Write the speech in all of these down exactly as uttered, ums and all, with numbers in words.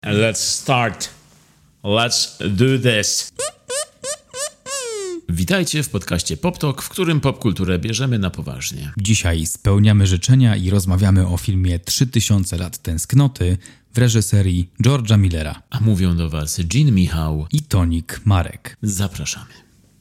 Let's start. Let's do this. Witajcie w podcaście PopTalk, w którym popkulturę bierzemy na poważnie. Dzisiaj spełniamy życzenia i rozmawiamy o filmie trzy tysiące lat tęsknoty w reżyserii George'a Millera. A mówią do was Jean Michał i Tonik Marek. Zapraszamy.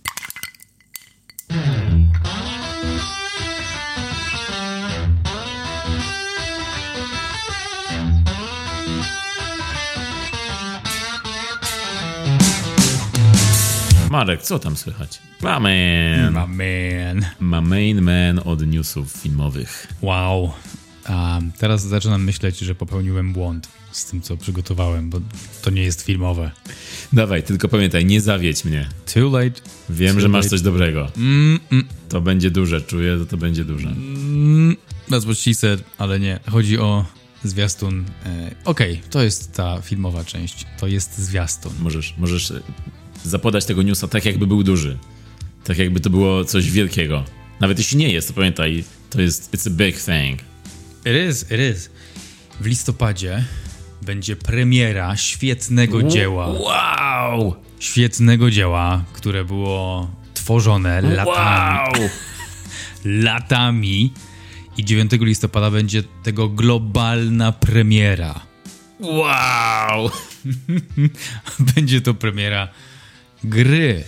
Marek, co tam słychać? My man. My man. My main man od newsów filmowych. Wow. Um, teraz zaczynam myśleć, że popełniłem błąd z tym, co przygotowałem, bo to nie jest filmowe. Dawaj, tylko pamiętaj, nie zawiedź mnie. Too late. Wiem, Too że masz late. coś dobrego. Mm, mm. To będzie duże, czuję, że to będzie duże. Mm, that's what she said, ale nie. Chodzi o zwiastun. E, Okej, okay, to jest ta filmowa część. To jest zwiastun. Możesz, możesz zapodać tego newsa tak, jakby był duży. Tak, jakby to było coś wielkiego. Nawet jeśli nie jest, to pamiętaj, to jest it's a big thing. It is, it is. W listopadzie będzie premiera świetnego dzieła. Wow! Świetnego dzieła, które było tworzone latami. Wow! latami. I dziewiątego listopada będzie tego globalna premiera. Wow! Będzie to premiera gry.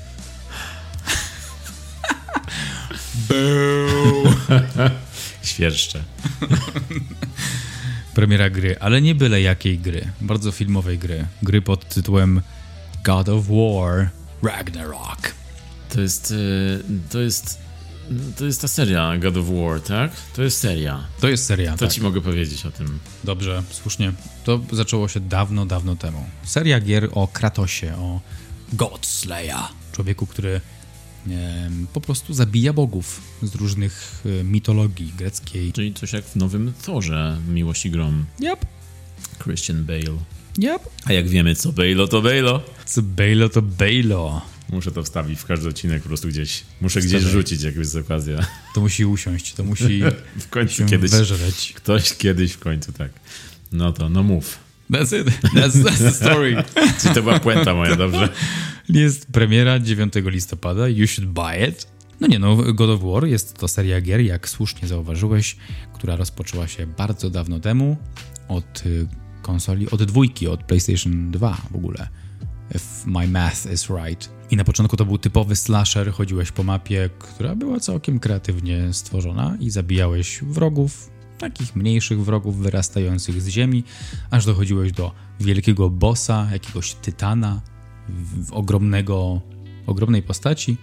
Boo! Świerszcze. Premiera gry, ale nie byle jakiej gry. Bardzo filmowej gry. Gry pod tytułem God of War Ragnarok. To jest, to jest, to jest ta seria God of War, tak? To jest seria. To jest seria, To tak. ci mogę powiedzieć o tym. Dobrze, słusznie. To zaczęło się dawno, dawno temu. Seria gier o Kratosie, o Godslayer. Człowieku, który e, po prostu zabija bogów z różnych e, mitologii greckiej. Czyli coś jak w nowym Thorze, Miłość i Grom. Yep, Christian Bale. yep. A jak wiemy, co Bale'o, to Bale'o. Co Bejlo, to Bejlo. Muszę to wstawić w każdy odcinek po prostu gdzieś. Muszę gdzieś Wstawiaj. rzucić, jak jest okazja. To musi usiąść, to musi W końcu się kiedyś. weżreć. Ktoś kiedyś w końcu, tak. No to, no mów. That's it. That's, that's the story. Czyli to była puenta moja, dobrze? Jest premiera dziewiątego listopada. You should buy it. No nie, no God of War jest to seria gier, jak słusznie zauważyłeś, która rozpoczęła się bardzo dawno temu od y, konsoli, od dwójki, od PlayStation dwa w ogóle. If my math is right. I na początku to był typowy slasher, chodziłeś po mapie, która była całkiem kreatywnie stworzona i zabijałeś wrogów, takich mniejszych wrogów wyrastających z ziemi, aż dochodziłeś do wielkiego bossa, jakiegoś tytana, w, w ogromnego, ogromnej postaci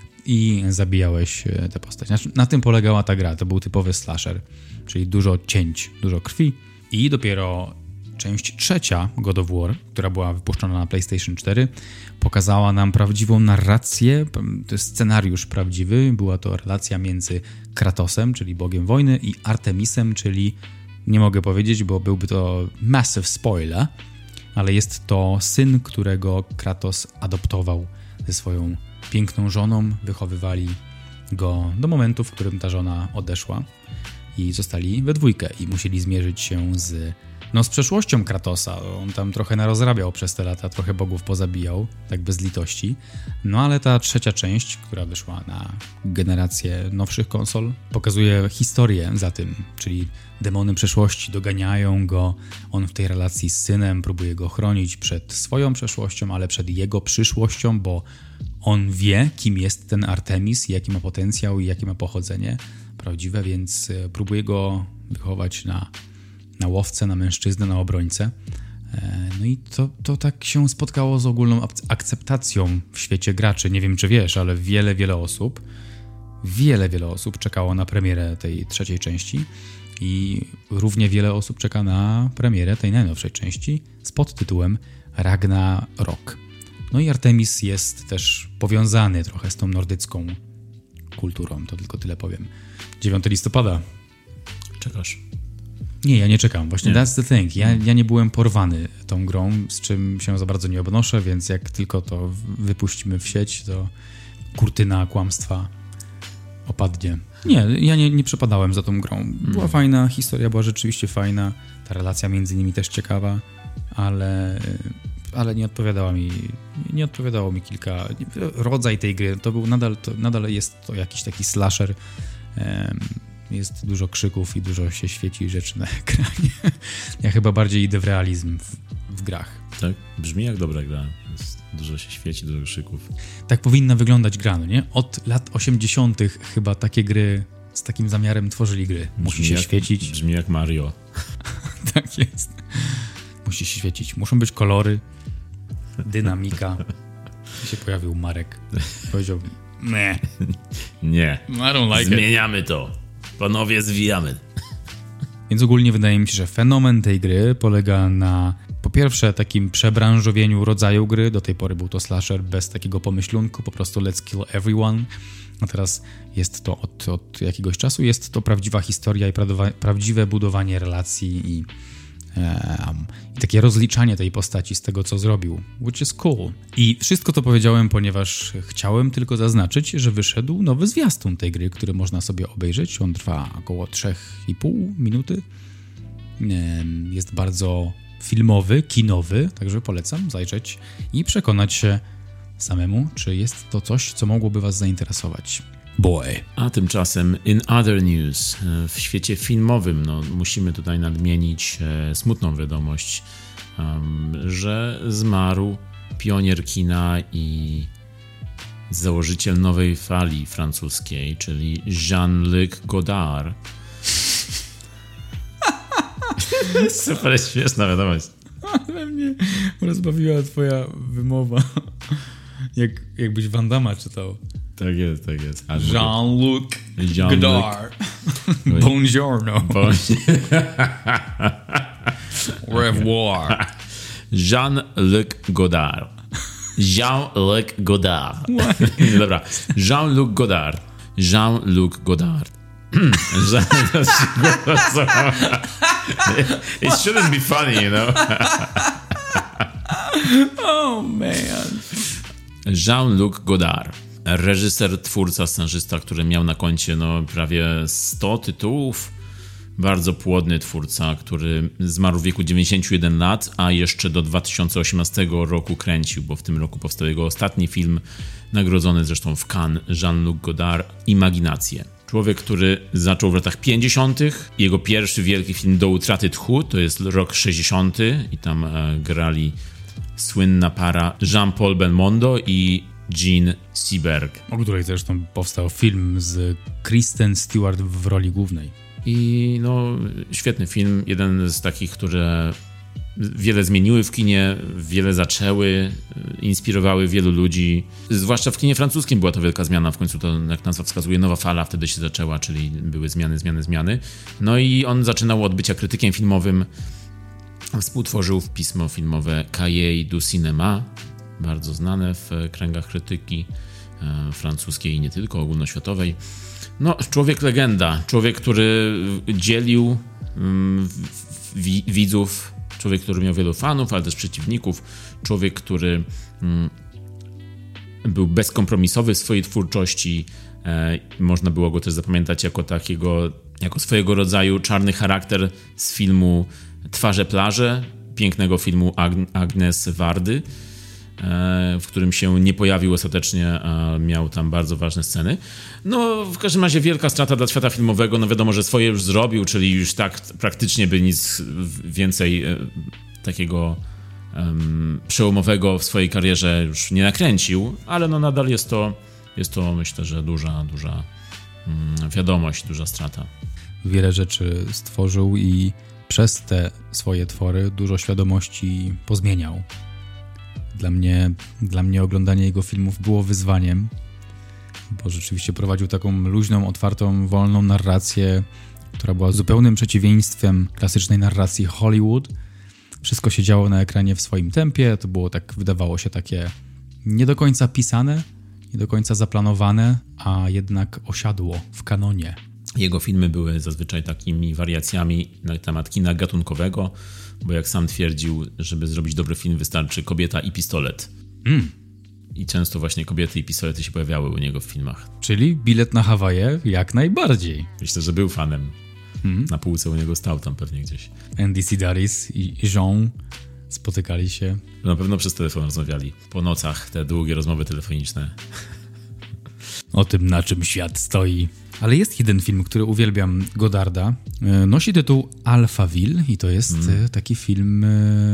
i zabijałeś tę postać. Znaczy, na tym polegała ta gra, to był typowy slasher, czyli dużo cięć, dużo krwi i dopiero część trzecia God of War, która była wypuszczona na PlayStation cztery, pokazała nam prawdziwą narrację, to jest scenariusz prawdziwy, była to relacja między Kratosem, czyli bogiem wojny, i Artemisem, czyli, nie mogę powiedzieć, bo byłby to massive spoiler, ale jest to syn, którego Kratos adoptował ze swoją piękną żoną, wychowywali go do momentu, w którym ta żona odeszła i zostali we dwójkę i musieli zmierzyć się z No z przeszłością Kratosa. On tam trochę narozrabiał przez te lata, trochę bogów pozabijał, tak bez litości. No ale ta trzecia część, która wyszła na generację nowszych konsol, pokazuje historię za tym, czyli demony przeszłości doganiają go, on w tej relacji z synem próbuje go chronić przed swoją przeszłością, ale przed jego przyszłością, bo on wie, kim jest ten Artemis, jaki ma potencjał i jakie ma pochodzenie prawdziwe, więc próbuje go wychować na na łowcę, na mężczyznę, na obrońcę. No i to, to tak się spotkało z ogólną akceptacją w świecie graczy. Nie wiem, czy wiesz, ale wiele, wiele osób, wiele, wiele osób czekało na premierę tej trzeciej części i równie wiele osób czeka na premierę tej najnowszej części z podtytułem Ragnarok. No i Artemis jest też powiązany trochę z tą nordycką kulturą, to tylko tyle powiem. dziewiątego listopada. Czekasz? Nie, ja nie czekam. Właśnie nie. That's the thing. Ja, ja nie byłem porwany tą grą, z czym się za bardzo nie obnoszę, więc jak tylko to wypuścimy w sieć, to kurtyna kłamstwa opadnie. Nie, ja nie, nie przepadałem za tą grą. Była mm. fajna, historia była rzeczywiście fajna, ta relacja między nimi też ciekawa. ale, ale nie odpowiadała mi, nie odpowiadało mi kilka, rodzaj tej gry, to był nadal, to, nadal jest to jakiś taki slasher, jest dużo krzyków i dużo się świeci rzeczy na ekranie. Ja chyba bardziej idę w realizm w, w grach. Tak? Brzmi jak dobra gra. Jest, dużo się świeci, dużo krzyków. Tak powinna wyglądać gra, no nie? Od lat osiemdziesiątych chyba takie gry z takim zamiarem tworzyli gry. Musi brzmi się jak, świecić. Brzmi jak Mario. Tak jest. Musi się świecić. Muszą być kolory, dynamika. I się pojawił Marek. Powiedział, nie. Nie. I don't like Zmieniamy it. to. Panowie, zwijamy. Więc ogólnie wydaje mi się, że fenomen tej gry polega na po pierwsze takim przebranżowieniu rodzaju gry. Do tej pory był to slasher bez takiego pomyślunku, po prostu let's kill everyone. A teraz jest to od, od jakiegoś czasu, jest to prawdziwa historia i pra- prawdziwe budowanie relacji i, um, i takie rozliczanie tej postaci z tego, co zrobił, which is cool. I wszystko to powiedziałem, ponieważ chciałem tylko zaznaczyć, że wyszedł nowy zwiastun tej gry, który można sobie obejrzeć. On trwa około trzy i pół minuty. Jest bardzo filmowy, kinowy, także polecam zajrzeć i przekonać się samemu, czy jest to coś, co mogłoby was zainteresować. Boy. A tymczasem in other news, w świecie filmowym, no, musimy tutaj nadmienić e, smutną wiadomość, um, że zmarł pionier kina i założyciel nowej fali francuskiej, czyli Jean-Luc Godard. Super śmieszna wiadomość. Ale mnie rozbawiła twoja wymowa. Jak, jakbyś Van Damme czytał. Tak jest, tak jest. Jean-Luc Jean Godard. Buongiorno. Bon... Au revoir. Jean-Luc Godard. Jean-Luc Godard. Dobra. Jean-Luc Godard. Jean-Luc Godard. It shouldn't be funny, you know. Oh man. Jean-Luc Godard. Reżyser, twórca, scenarzysta, który miał na koncie no, prawie sto tytułów. Bardzo płodny twórca, który zmarł w wieku dziewięćdziesięciu jeden lat, a jeszcze do dwa tysiące osiemnastego roku kręcił, bo w tym roku powstał jego ostatni film, nagrodzony zresztą w Cannes, Jean-Luc Godard, Imaginacje. Człowiek, który zaczął w latach pięćdziesiątych. Jego pierwszy wielki film Do utraty tchu to jest rok sześćdziesiąty i tam e, grali słynna para Jean-Paul Belmondo i Jean Seberg. O której zresztą powstał film z Kristen Stewart w roli głównej. I no, świetny film, jeden z takich, które wiele zmieniły w kinie, wiele zaczęły, inspirowały wielu ludzi. Zwłaszcza w kinie francuskim była to wielka zmiana, w końcu to, jak nazwa wskazuje, nowa fala wtedy się zaczęła, czyli były zmiany, zmiany, zmiany. No i on zaczynał od bycia krytykiem filmowym, współtworzył pismo filmowe Cahiers du Cinéma, bardzo znane w kręgach krytyki e, francuskiej i nie tylko, ogólnoświatowej. No, człowiek legenda, człowiek, który dzielił mm, wi- widzów, człowiek, który miał wielu fanów, ale też przeciwników, człowiek, który mm, był bezkompromisowy w swojej twórczości. E, można było go też zapamiętać jako takiego, jako swojego rodzaju czarny charakter z filmu Twarze plaże, pięknego filmu Ag- Agnes Vardy, w którym się nie pojawił ostatecznie, a miał tam bardzo ważne sceny. No, w każdym razie wielka strata dla świata filmowego. No wiadomo, że swoje już zrobił, czyli już tak praktycznie by nic więcej e, takiego um, przełomowego w swojej karierze już nie nakręcił, ale no nadal jest to, jest to myślę, że duża, duża um, wiadomość, duża strata. Wiele rzeczy stworzył i przez te swoje twory dużo świadomości pozmieniał. Dla mnie, dla mnie oglądanie jego filmów było wyzwaniem, bo rzeczywiście prowadził taką luźną, otwartą, wolną narrację, która była zupełnym przeciwieństwem klasycznej narracji Hollywood. Wszystko się działo na ekranie w swoim tempie, to było tak, wydawało się takie nie do końca pisane, nie do końca zaplanowane, a jednak osiadło w kanonie. Jego filmy były zazwyczaj takimi wariacjami na temat kina gatunkowego, bo jak sam twierdził, żeby zrobić dobry film wystarczy kobieta i pistolet. Mm. I często właśnie kobiety i pistolety się pojawiały u niego w filmach. Czyli Bilet na Hawaje jak najbardziej. Myślę, że był fanem. Mm. Na półce u niego stał tam pewnie gdzieś. Andy Sidaris i Jean spotykali się. Na pewno przez telefon rozmawiali. Po nocach te długie rozmowy telefoniczne. O tym, na czym świat stoi. Ale jest jeden film, który uwielbiam Godarda. Nosi tytuł Alphaville i to jest mm. taki film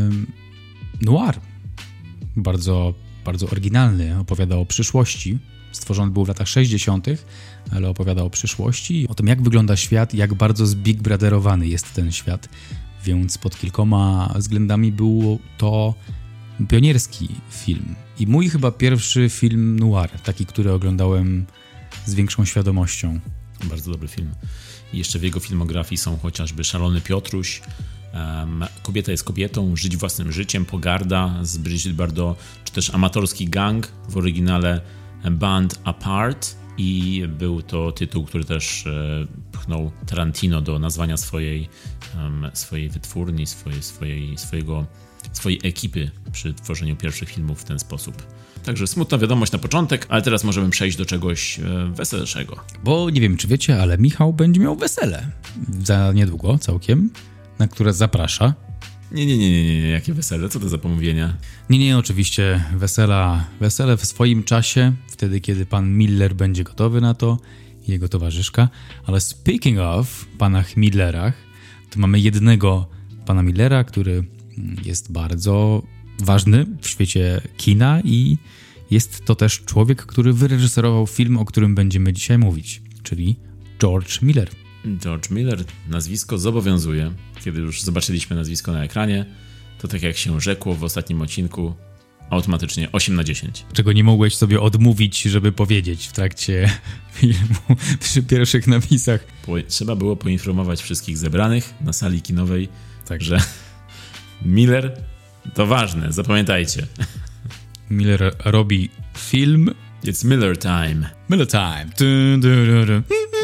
noir. Bardzo, bardzo oryginalny. Opowiada o przyszłości. Stworzony był w latach sześćdziesiątych, ale opowiada o przyszłości. O tym, jak wygląda świat, jak bardzo zbig brotherowany jest ten świat. Więc pod kilkoma względami był to pionierski film. I mój chyba pierwszy film noir, taki, który oglądałem z większą świadomością. Bardzo dobry film. I jeszcze w jego filmografii są chociażby Szalony Piotruś, um, Kobieta jest kobietą, Żyć własnym życiem, Pogarda z Brigitte Bardot, czy też Amatorski gang, w oryginale Band Apart. I był to tytuł, który też e, pchnął Tarantino do nazwania swojej, um, swojej wytwórni, swojej, swojej, swojego, swojej ekipy przy tworzeniu pierwszych filmów w ten sposób. Także smutna wiadomość na początek, ale teraz możemy przejść do czegoś e, weselszego. Bo nie wiem, czy wiecie, ale Michał będzie miał wesele za niedługo całkiem, na które zaprasza. Nie, nie, nie, nie, nie, jakie wesele? Co to za pomówienia? Nie, nie, oczywiście wesela, wesele w swoim czasie, wtedy kiedy pan Miller będzie gotowy na to i jego towarzyszka. Ale speaking of panach Millerach, to mamy jednego pana Millera, który jest bardzo ważny w świecie kina i jest to też człowiek, który wyreżyserował film, o którym będziemy dzisiaj mówić, czyli George Miller. George Miller, nazwisko zobowiązuje. Kiedy już zobaczyliśmy nazwisko na ekranie, to tak jak się rzekło w ostatnim odcinku, automatycznie osiem na dziesięć. Czego nie mogłeś sobie odmówić, żeby powiedzieć w trakcie filmu przy pierwszych napisach. Po, trzeba było poinformować wszystkich zebranych na sali kinowej, tak, że Miller to ważne, zapamiętajcie. Miller robi film. It's Miller time. Miller time. Dun, dun, dun, dun.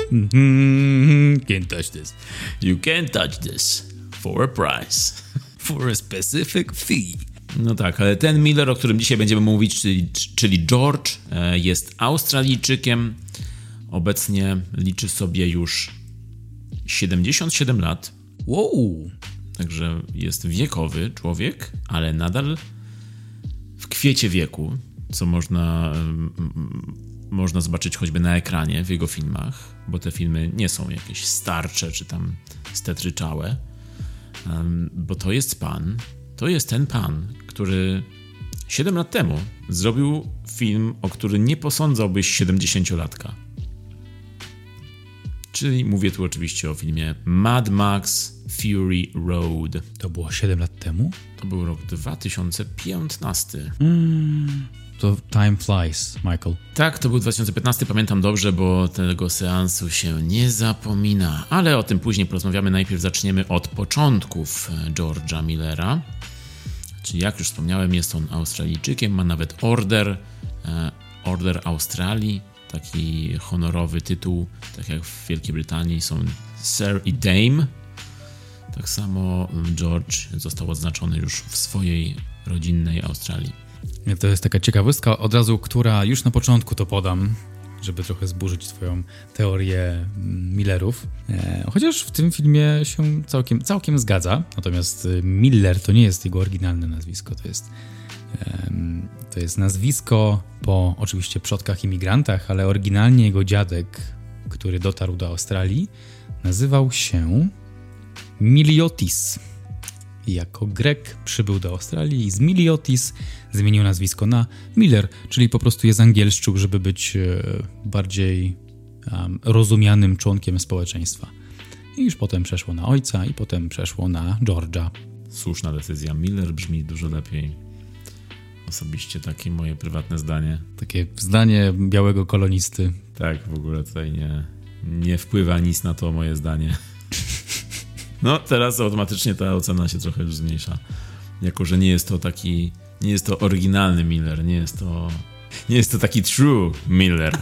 Can't touch this. You can't touch this for a price. For a specific fee. No tak, ale ten Miller, o którym dzisiaj będziemy mówić, czyli, czyli George, jest Australijczykiem. Obecnie liczy sobie już siedemdziesiąt siedem lat. Wow. Także jest wiekowy człowiek, ale nadal w kwiecie wieku, co można, można zobaczyć choćby na ekranie w jego filmach, bo te filmy nie są jakieś starcze czy tam stetryczałe, bo to jest pan, to jest ten pan, który siedem lat temu zrobił film, o który nie posądzałbyś siedemdziesięciolatka. Czyli mówię tu oczywiście o filmie Mad Max Fury Road. To było siedem lat temu? To był rok dwa tysiące piętnasty. Mm, to time flies, Michael. Tak, to był dwa tysiące piętnasty, pamiętam dobrze, bo tego seansu się nie zapomina. Ale o tym później porozmawiamy. Najpierw zaczniemy od początków George'a Millera. Czyli jak już wspomniałem, jest on Australijczykiem, ma nawet order, Order Australii. Taki honorowy tytuł, tak jak w Wielkiej Brytanii są Sir i Dame. Tak samo George został odznaczony już w swojej rodzinnej Australii. To jest taka ciekawostka od razu, która już na początku to podam, żeby trochę zburzyć twoją teorię Millerów. Chociaż w tym filmie się całkiem, całkiem zgadza. Natomiast Miller to nie jest jego oryginalne nazwisko, to jest To jest nazwisko po oczywiście przodkach imigrantach, ale oryginalnie jego dziadek, który dotarł do Australii, nazywał się Miliotis. I jako Grek przybył do Australii i z Miliotis zmienił nazwisko na Miller, czyli po prostu je zangielszczył, żeby być bardziej um, rozumianym członkiem społeczeństwa. I już potem przeszło na ojca i potem przeszło na George'a. Słuszna decyzja. Miller brzmi dużo lepiej. Osobiście takie moje prywatne zdanie. Takie zdanie białego kolonisty. Tak, w ogóle tutaj nie, nie wpływa nic na to moje zdanie. No, teraz automatycznie ta ocena się trochę już zmniejsza. Jako, że nie jest to taki, nie jest to oryginalny Miller, nie jest to, nie jest to taki true Miller.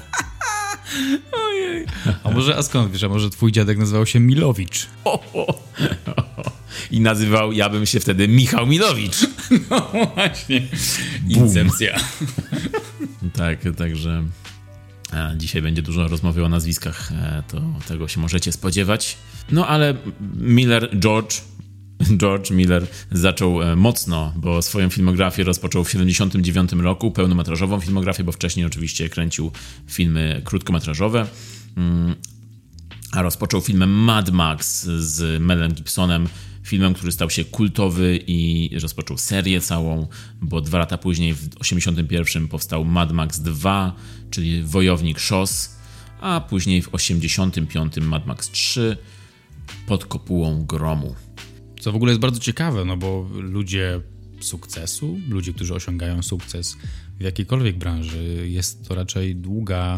Ojej. A może, a skąd wiesz, a może twój dziadek nazywał się Milowicz? O, o, o. I nazywał, ja bym się wtedy Michał Milowicz. No właśnie. Incepcja. Tak, także a, dzisiaj będzie dużo rozmowy o nazwiskach, e, to tego się możecie spodziewać. No ale Miller, George, George Miller zaczął mocno, bo swoją filmografię rozpoczął w siedemdziesiątym dziewiątym roku, pełnometrażową filmografię, bo wcześniej oczywiście kręcił filmy krótkometrażowe. A rozpoczął filmem Mad Max z Melem Gibsonem, filmem, który stał się kultowy i rozpoczął serię całą, bo dwa lata później, w osiemdziesiątym pierwszym powstał Mad Max dwa, czyli Wojownik Szos, a później w osiemdziesiątym piątym Mad Max trzy, Pod kopułą gromu. Co w ogóle jest bardzo ciekawe, no bo ludzie sukcesu, ludzie, którzy osiągają sukces w jakiejkolwiek branży, jest to raczej długa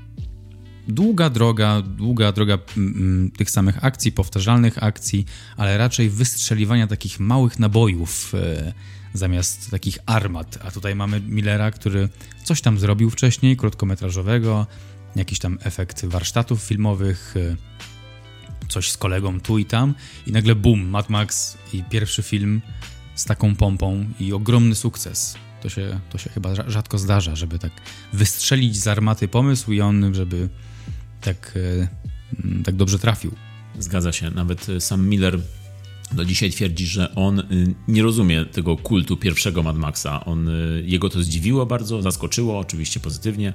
Długa droga, długa droga mm, tych samych akcji, powtarzalnych akcji, ale raczej wystrzeliwania takich małych nabojów e, zamiast takich armat. A tutaj mamy Millera, który coś tam zrobił wcześniej, krótkometrażowego, jakiś tam efekt warsztatów filmowych, e, coś z kolegą tu i tam i nagle bum, Mad Max i pierwszy film z taką pompą i ogromny sukces. To się, to się chyba rzadko zdarza, żeby tak wystrzelić z armaty pomysł i on, żeby tak, e, tak dobrze trafił. Zgadza się. Nawet sam Miller do dzisiaj twierdzi, że on nie rozumie tego kultu pierwszego Mad Maxa. On, jego to zdziwiło bardzo, zaskoczyło, oczywiście pozytywnie.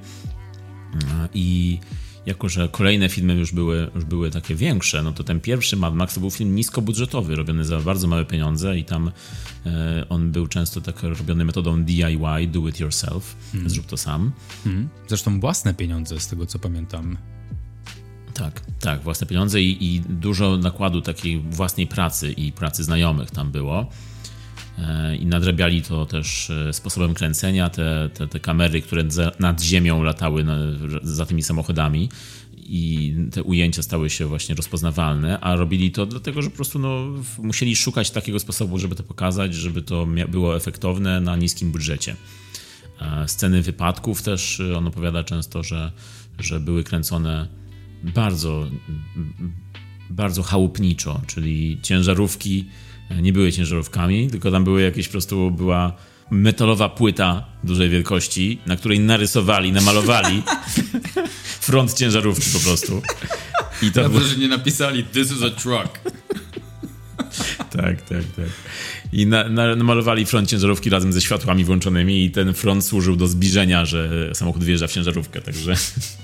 I jako że kolejne filmy już były, już były takie większe, no to ten pierwszy Mad Max to był film niskobudżetowy, robiony za bardzo małe pieniądze i tam e, on był często tak robiony metodą D I Y, do it yourself, hmm. zrób to sam. Hmm. Zresztą własne pieniądze, z tego co pamiętam. Tak, tak, własne pieniądze i, i dużo nakładu takiej własnej pracy i pracy znajomych tam było. E, I nadrabiali to też sposobem kręcenia, te, te, te kamery, które za, nad ziemią latały na, za tymi samochodami i te ujęcia stały się właśnie rozpoznawalne, a robili to dlatego, że po prostu no, musieli szukać takiego sposobu, żeby to pokazać, żeby to mia- było efektowne na niskim budżecie. E, sceny wypadków też, on opowiada często, że, że były kręcone bardzo, bardzo chałupniczo, czyli ciężarówki nie były ciężarówkami, tylko tam były jakieś po prostu, była metalowa płyta dużej wielkości, na której narysowali, namalowali front ciężarówki po prostu. I to było... że nie napisali this is a truck. Tak, tak, tak. I na, na, namalowali front ciężarówki razem ze światłami włączonymi i ten front służył do zbliżenia, że samochód wjeżdża w ciężarówkę, także...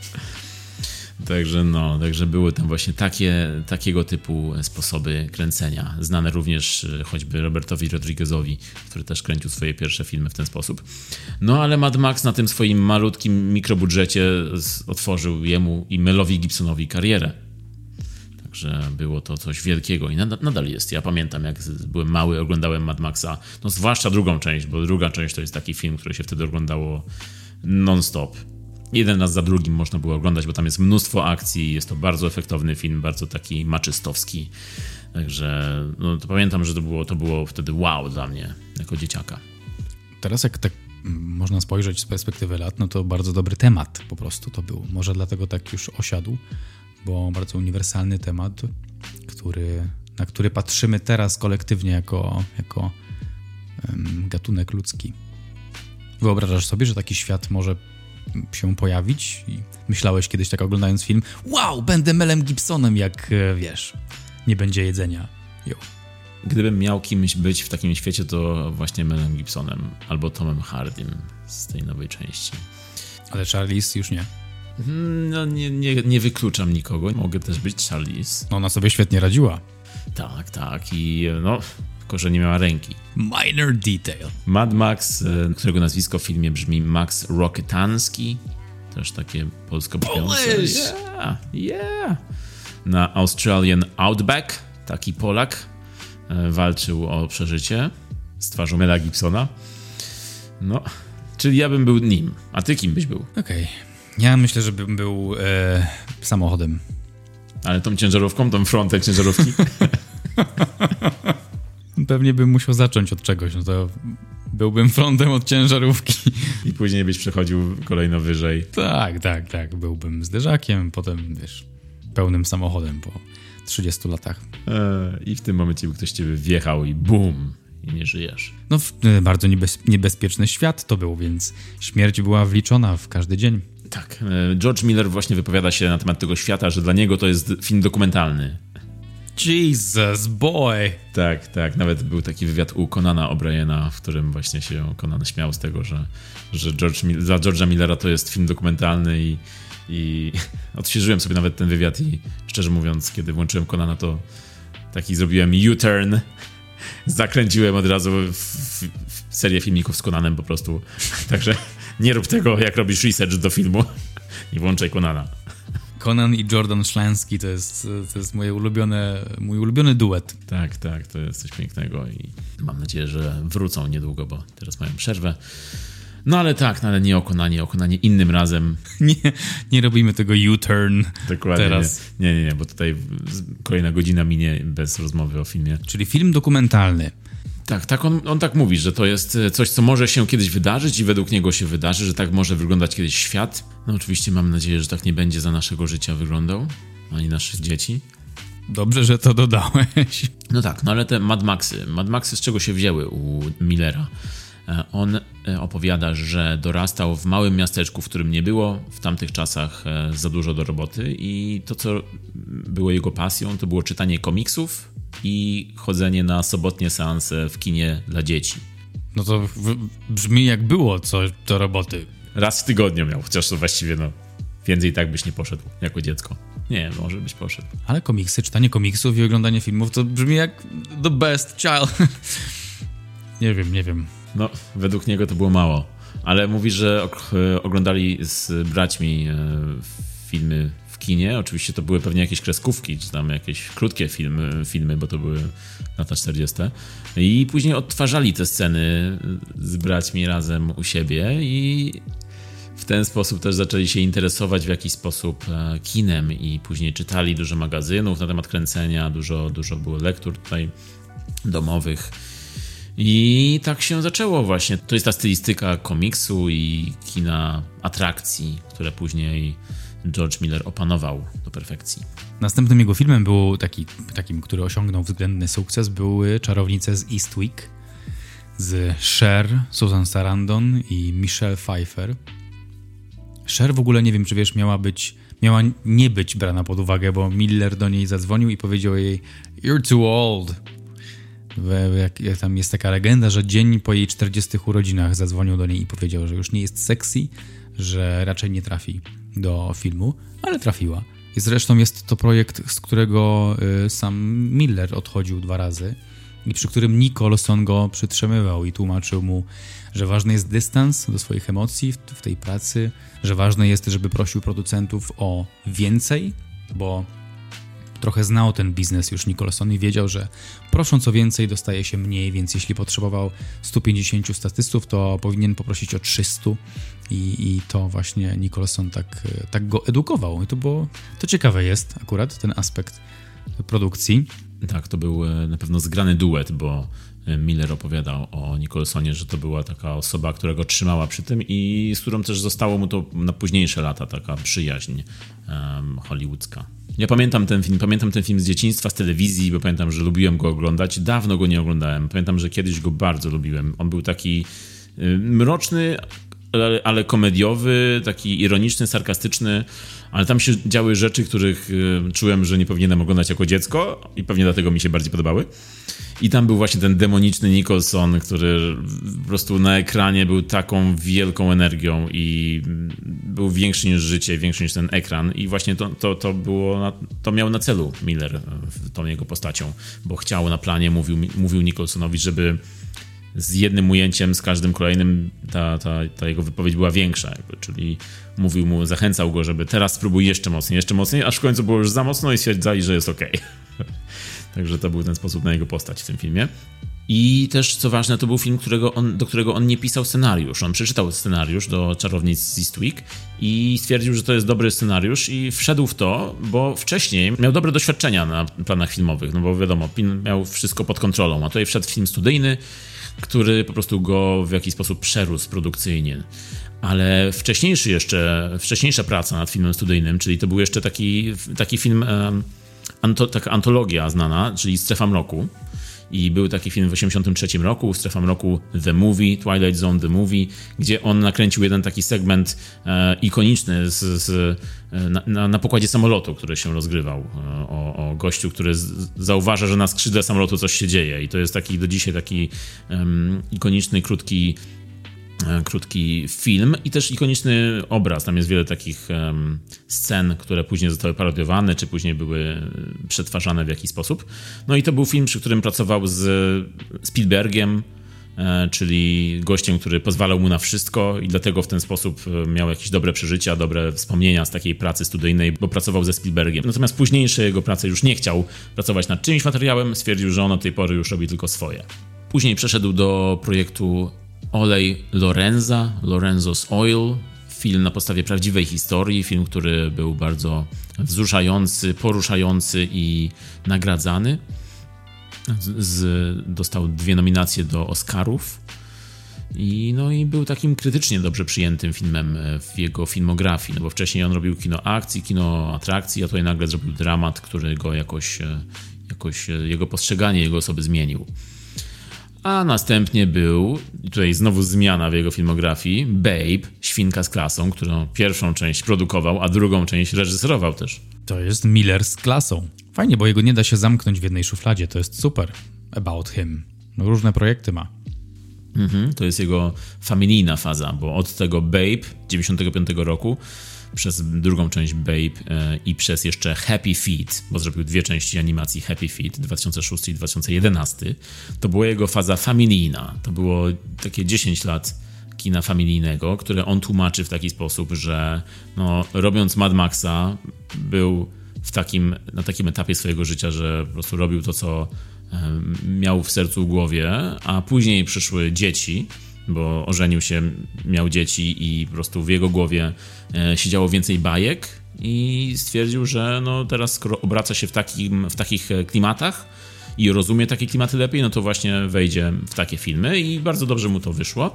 Także no, także były tam właśnie takie, takiego typu sposoby kręcenia, znane również choćby Robertowi Rodriguezowi, który też kręcił swoje pierwsze filmy w ten sposób. No ale Mad Max na tym swoim malutkim mikrobudżecie otworzył jemu i Melowi Gibsonowi karierę. Także było to coś wielkiego i nadal jest. Ja pamiętam, jak byłem mały, oglądałem Mad Maxa, no zwłaszcza drugą część, bo druga część to jest taki film, który się wtedy oglądało non-stop. Jeden raz za drugim można było oglądać, bo tam jest mnóstwo akcji, jest to bardzo efektowny film, bardzo taki maczystowski. Także no, to pamiętam, że to było, to było wtedy wow dla mnie, jako dzieciaka. Teraz jak tak można spojrzeć z perspektywy lat, no to bardzo dobry temat po prostu to był. Może dlatego tak już osiadł, bo bardzo uniwersalny temat, który, na który patrzymy teraz kolektywnie jako, jako um, gatunek ludzki. Wyobrażasz sobie, że taki świat może się pojawić i myślałeś kiedyś tak oglądając film, wow, będę Melem Gibsonem, jak wiesz, nie będzie jedzenia. Jo. Gdybym miał kimś być w takim świecie, to właśnie Melem Gibsonem albo Tomem Hardym z tej nowej części. Ale Charlize już nie. No nie, nie, nie wykluczam nikogo. Mogę też być Charlize. No ona sobie świetnie radziła. Tak, tak i no, tylko że nie miała ręki. Minor detail. Mad Max, którego nazwisko w filmie brzmi Max Rokitański. Też takie polsko brzmiące. Yeah, yeah. Na Australian Outback taki Polak walczył o przeżycie z twarzą Mela Gibsona. No, czyli ja bym był nim. A ty kim byś był? Okej. Okay. Ja myślę, że bym był e, samochodem. Ale tą ciężarówką, tą frontem ciężarówki? Pewnie bym musiał zacząć od czegoś, no to byłbym frontem od ciężarówki. I później byś przechodził kolejno wyżej. Tak, tak, tak. Byłbym zderzakiem, potem, wiesz, pełnym samochodem po trzydziestu latach. Eee, I w tym momencie by ktoś ciebie wjechał i bum, i nie żyjesz. No, w, e, bardzo niebez, niebezpieczny świat to był, więc śmierć była wliczona w każdy dzień. Tak. George Miller właśnie wypowiada się na temat tego świata, że dla niego to jest film dokumentalny. Jesus, boy! Tak, tak. Nawet był taki wywiad u Conana O'Briena, w którym właśnie się Conan śmiał z tego, że, że George, dla George'a Millera to jest film dokumentalny i, i odświeżyłem sobie nawet ten wywiad i szczerze mówiąc, kiedy włączyłem Conana, to taki zrobiłem U-turn. Zakręciłem od razu w, w, w serię filmików z Conanem po prostu. Także nie rób tego, jak robisz research do filmu. Nie włączaj Conana. Conan i Jordan Szlański to jest, to jest moje ulubione, mój ulubiony duet. Tak, tak, to jest coś pięknego i mam nadzieję, że wrócą niedługo, bo teraz mają przerwę. No ale tak, no ale nie o Conanie, o Conanie innym razem. Nie, nie robimy tego U-turn Dokładnie, teraz. Nie, nie, nie, bo tutaj kolejna godzina minie bez rozmowy o filmie. Czyli film dokumentalny. Tak, tak, on, on tak mówi, że to jest coś, co może się kiedyś wydarzyć i według niego się wydarzy, że tak może wyglądać kiedyś świat. No oczywiście mam nadzieję, że tak nie będzie za naszego życia wyglądał, ani naszych dzieci. Dobrze, że to dodałeś. No tak, no ale te Mad Maxy, Mad Maxy z czego się wzięły u Millera? On opowiada, że dorastał w małym miasteczku, w którym nie było w tamtych czasach za dużo do roboty i to, co było jego pasją, to było czytanie komiksów i chodzenie na sobotnie seanse w kinie dla dzieci. No to w, brzmi jak było coś do roboty. Raz w tygodniu miał, chociaż to właściwie no więcej tak byś nie poszedł jako dziecko. Nie, może byś poszedł. Ale komiksy, czytanie komiksów i oglądanie filmów to brzmi jak the best child. Nie wiem, nie wiem. No, według niego to było mało. Ale mówi, że oglądali z braćmi filmy w kinie. Oczywiście to były pewnie jakieś kreskówki, czy tam jakieś krótkie filmy, filmy, bo to były lata czterdzieste. I później odtwarzali te sceny z braćmi razem u siebie i w ten sposób też zaczęli się interesować w jakiś sposób kinem i później czytali dużo magazynów na temat kręcenia, dużo, dużo było lektur tutaj domowych. I tak się zaczęło właśnie. To jest ta stylistyka komiksu i kina atrakcji, które później George Miller opanował do perfekcji. Następnym jego filmem był taki, takim, który osiągnął względny sukces, były Czarownice z Eastwick z Cher, Susan Sarandon i Michelle Pfeiffer. Cher w ogóle nie wiem, czy wiesz, miała być, miała nie być brana pod uwagę, bo Miller do niej zadzwonił i powiedział jej "You're too old". Jak, jak tam jest taka legenda, że dzień po jej czterdziestych urodzinach zadzwonił do niej i powiedział, że już nie jest sexy, że raczej nie trafi do filmu, ale trafiła. I zresztą jest to projekt, z którego y, sam Miller odchodził dwa razy i przy którym Nicholson go przytrzymywał i tłumaczył mu, że ważny jest dystans do swoich emocji w, w tej pracy, że ważne jest, żeby prosił producentów o więcej, bo trochę znał ten biznes już Nicholson i wiedział, że prosząc o więcej dostaje się mniej, więc jeśli potrzebował stu pięćdziesięciu statystów, to powinien poprosić o trzystu i, i to właśnie Nicholson tak, tak go edukował. I to było, to ciekawe jest akurat ten aspekt produkcji. Tak, to był na pewno zgrany duet, bo Miller opowiadał o Nicholsonie, że to była taka osoba, która go trzymała przy tym i z którą też zostało mu to na późniejsze lata, taka przyjaźń um, hollywoodzka. Ja pamiętam ten film, pamiętam ten film z dzieciństwa, z telewizji, bo pamiętam, że lubiłem go oglądać. Dawno go nie oglądałem. Pamiętam, że kiedyś go bardzo lubiłem. On był taki y, mroczny, ale, ale komediowy, taki ironiczny, sarkastyczny, ale tam się działy rzeczy, których y, czułem, że nie powinienem oglądać jako dziecko i pewnie dlatego mi się bardziej podobały. I tam był właśnie ten demoniczny Nicholson, który po prostu na ekranie był taką wielką energią i był większy niż życie, większy niż ten ekran. I właśnie to, to, to było, na, to miał na celu Miller tą jego postacią, bo chciał na planie, mówił, mówił Nicholsonowi, żeby z jednym ujęciem, z każdym kolejnym ta, ta, ta jego wypowiedź była większa, jakby, czyli mówił mu, zachęcał go, żeby teraz spróbuj jeszcze mocniej, jeszcze mocniej, aż w końcu było już za mocno i stwierdzali, że jest okej. Okay. Także to był ten sposób na jego postać w tym filmie. I też, co ważne, to był film, którego on, do którego on nie pisał scenariusz. On przeczytał scenariusz do Czarownic z Eastwick i stwierdził, że to jest dobry scenariusz i wszedł w to, bo wcześniej miał dobre doświadczenia na planach filmowych, no bo wiadomo, miał wszystko pod kontrolą, a tutaj wszedł film studyjny, który po prostu go w jakiś sposób przerósł produkcyjnie. Ale wcześniejszy jeszcze, wcześniejsza praca nad filmem studyjnym, czyli to był jeszcze taki, taki film, um, anto, taka antologia znana, czyli Strefa Mroku. i był taki film w osiemdziesiątym trzecim roku, Strefa Mroku The Movie, Twilight Zone The Movie, gdzie on nakręcił jeden taki segment e, ikoniczny z, z, na, na, na pokładzie samolotu, który się rozgrywał, e, o, o gościu, który z, zauważa, że na skrzydle samolotu coś się dzieje i to jest taki do dzisiaj taki um, ikoniczny, krótki krótki film i też ikoniczny obraz. Tam jest wiele takich um, scen, które później zostały parodiowane, czy później były przetwarzane w jakiś sposób. No i to był film, przy którym pracował z Spielbergiem, e, czyli gościem, który pozwalał mu na wszystko i dlatego w ten sposób miał jakieś dobre przeżycia, dobre wspomnienia z takiej pracy studyjnej, bo pracował ze Spielbergiem. Natomiast późniejsze jego prace już nie chciał pracować nad czymś materiałem, stwierdził, że on od tej pory już robi tylko swoje. Później przeszedł do projektu Olej Lorenza, Lorenzo's Oil, film na podstawie prawdziwej historii, film, który był bardzo wzruszający, poruszający i nagradzany. Z, z, dostał dwie nominacje do Oscarów i, no, i był takim krytycznie dobrze przyjętym filmem w jego filmografii, no bo wcześniej on robił kino akcji, kino atrakcji, a tutaj nagle zrobił dramat, który go jakoś, jakoś jego postrzeganie jego osoby zmienił. A następnie był, tutaj znowu zmiana w jego filmografii, Babe, Świnka z klasą, którą pierwszą część produkował, a drugą część reżyserował też. To jest Miller z klasą. Fajnie, bo jego nie da się zamknąć w jednej szufladzie, to jest super. About him. No, różne projekty ma. Mhm, to jest jego familijna faza, bo od tego Babe dziewięćdziesiątego piątego roku przez drugą część Babe e, i przez jeszcze Happy Feet, bo zrobił dwie części animacji Happy Feet, dwa tysiące szósty i dwa tysiące jedenasty. To była jego faza familijna. To było takie dziesięć lat kina familijnego, które on tłumaczy w taki sposób, że no, robiąc Mad Maxa był w takim, na takim etapie swojego życia, że po prostu robił to, co e, miał w sercu, w głowie, a później przyszły dzieci, bo ożenił się, miał dzieci i po prostu w jego głowie e, siedziało więcej bajek i stwierdził, że no teraz skoro obraca się w, takim, w takich klimatach i rozumie takie klimaty lepiej, no to właśnie wejdzie w takie filmy i bardzo dobrze mu to wyszło.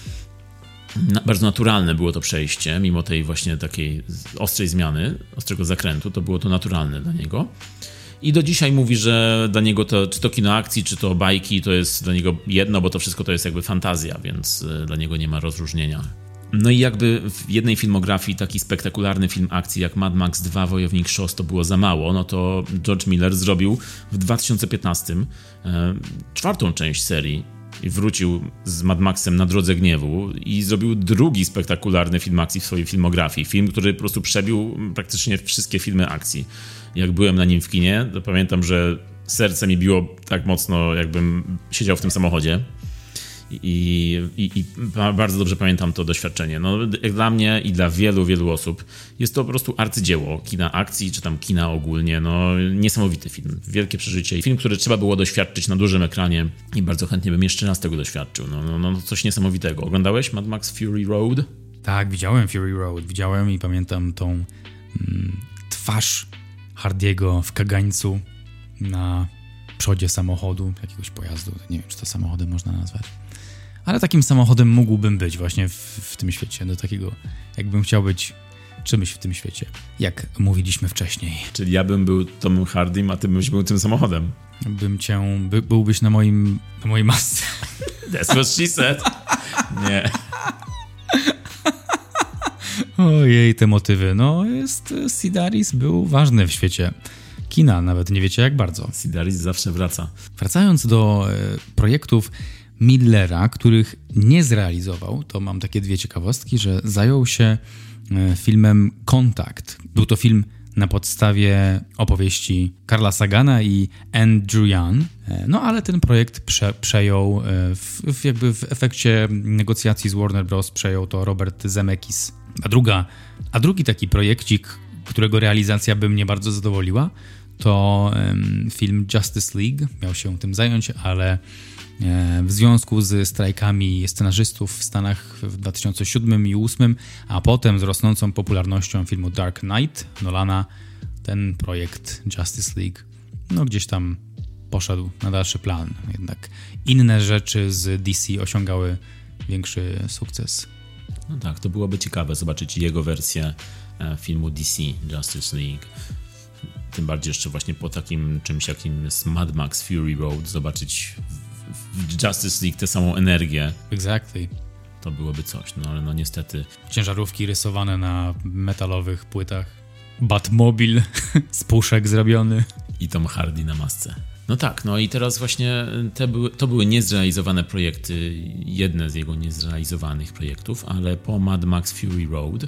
Na, bardzo naturalne było to przejście, mimo tej właśnie takiej ostrej zmiany, ostrego zakrętu, to było to naturalne dla niego. I do dzisiaj mówi, że dla niego to, czy to kino akcji, czy to bajki, to jest dla niego jedno, bo to wszystko to jest jakby fantazja, więc dla niego nie ma rozróżnienia. No i jakby w jednej filmografii taki spektakularny film akcji jak Mad Max dwa Wojownik Szos to było za mało, no to George Miller zrobił w dwa tysiące piętnastym e, czwartą część serii i wrócił z Mad Maxem Na drodze gniewu i zrobił drugi spektakularny film akcji w swojej filmografii. Film, który po prostu przebił praktycznie wszystkie filmy akcji. Jak byłem na nim w kinie, to pamiętam, że serce mi biło tak mocno, jakbym siedział w tym samochodzie. I, i, i bardzo dobrze pamiętam to doświadczenie. No, jak dla mnie i dla wielu, wielu osób jest to po prostu arcydzieło kina akcji, czy tam kina ogólnie. No, niesamowity film, wielkie przeżycie i film, który trzeba było doświadczyć na dużym ekranie i bardzo chętnie bym jeszcze raz tego doświadczył. No, no, no coś niesamowitego. Oglądałeś Mad Max Fury Road? Tak, widziałem Fury Road, widziałem i pamiętam tą mm, twarz Hardiego w kagańcu na przodzie samochodu, jakiegoś pojazdu, nie wiem, czy to samochodem można nazwać. Ale takim samochodem mógłbym być właśnie w, w tym świecie, do takiego, jakbym chciał być czymś w tym świecie, jak mówiliśmy wcześniej. Czyli ja bym był Tomem Hardym, a ty byś był tym samochodem. Bym cię, by, byłbyś na moim, na mojej masce. That's what she said. Nie. Ojej, te motywy. No, jest, Sidaris był ważny w świecie kina, nawet nie wiecie jak bardzo. Sidaris zawsze wraca. Wracając do e, projektów Millera, których nie zrealizował, to mam takie dwie ciekawostki, że zajął się e, filmem Kontakt. Był to film na podstawie opowieści Carla Sagana i Andrew Young. E, no ale ten projekt prze, przejął, e, w, w, jakby w efekcie negocjacji z Warner Bros. Przejął to Robert Zemeckis. A, druga, a drugi taki projekcik, którego realizacja by mnie bardzo zadowoliła, to um, film Justice League. Miał się tym zająć, ale e, w związku z strajkami scenarzystów w Stanach w dwa tysiące siódmym i dwa tysiące ósmym, a potem z rosnącą popularnością filmu Dark Knight Nolana, ten projekt Justice League no gdzieś tam poszedł na dalszy plan. Jednak inne rzeczy z D C osiągały większy sukces. No tak, to byłoby ciekawe zobaczyć jego wersję filmu D C Justice League. Tym bardziej jeszcze właśnie po takim czymś jakim jest Mad Max Fury Road zobaczyć w, w Justice League tę samą energię. Exactly. To byłoby coś, no ale no niestety. Ciężarówki rysowane na metalowych płytach. Batmobil z puszek zrobiony. I Tom Hardy na masce. No tak, no i teraz właśnie te były, to były niezrealizowane projekty, jedne z jego niezrealizowanych projektów, ale po Mad Max Fury Road e,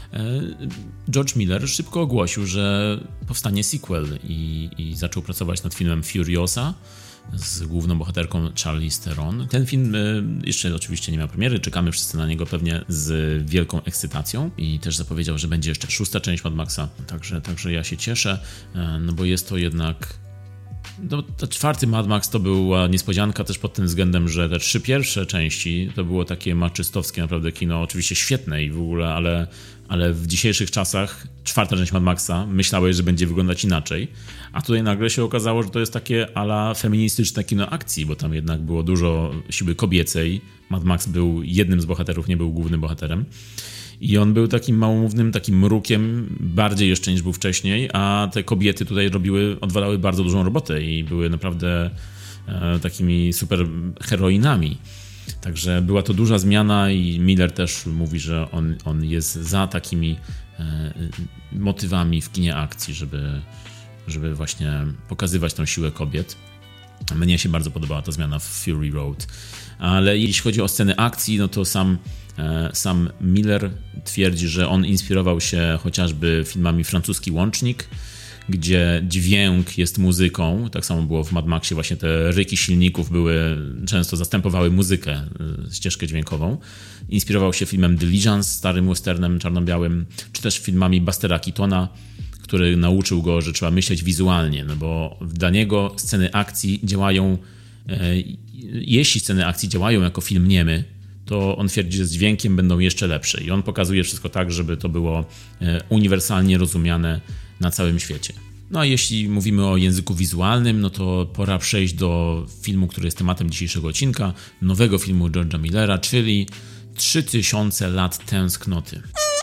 George Miller szybko ogłosił, że powstanie sequel i, i zaczął pracować nad filmem Furiosa z główną bohaterką Charlize Theron. Ten film e, jeszcze oczywiście nie miał premiery, czekamy wszyscy na niego pewnie z wielką ekscytacją i też zapowiedział, że będzie jeszcze szósta część Mad Maxa, także, także ja się cieszę, e, no bo jest to jednak... No, to czwarty Mad Max to była niespodzianka też pod tym względem, że te trzy pierwsze części to było takie maczystowskie naprawdę kino, oczywiście świetne i w ogóle, ale, ale w dzisiejszych czasach czwarta część Mad Maxa myślałeś, że będzie wyglądać inaczej, a tutaj nagle się okazało, że to jest takie ala feministyczne kino akcji, bo tam jednak było dużo siły kobiecej. Mad Max był jednym z bohaterów, nie był głównym bohaterem. I on był takim małomównym, takim mrukiem, bardziej jeszcze niż był wcześniej, a te kobiety tutaj robiły, odwalały bardzo dużą robotę i były naprawdę e, takimi super heroinami. Także była to duża zmiana i Miller też mówi, że on, on jest za takimi e, motywami w kinie akcji, żeby, żeby właśnie pokazywać tą siłę kobiet. Mnie się bardzo podobała ta zmiana w Fury Road. Ale jeśli chodzi o sceny akcji, no to sam, sam Miller twierdzi, że on inspirował się chociażby filmami Francuski Łącznik, gdzie dźwięk jest muzyką. Tak samo było w Mad Maxie, właśnie te ryki silników były, często zastępowały muzykę, ścieżkę dźwiękową. Inspirował się filmem Diligence, starym westernem czarno-białym, czy też filmami Bustera Keatona, który nauczył go, że trzeba myśleć wizualnie, no bo dla niego sceny akcji działają, e, jeśli sceny akcji działają jako film niemy, to on twierdzi, że z dźwiękiem będą jeszcze lepsze i on pokazuje wszystko tak, żeby to było e, uniwersalnie rozumiane na całym świecie. No a jeśli mówimy o języku wizualnym, no to pora przejść do filmu, który jest tematem dzisiejszego odcinka, nowego filmu George'a Millera, czyli trzy tysiące lat tęsknoty.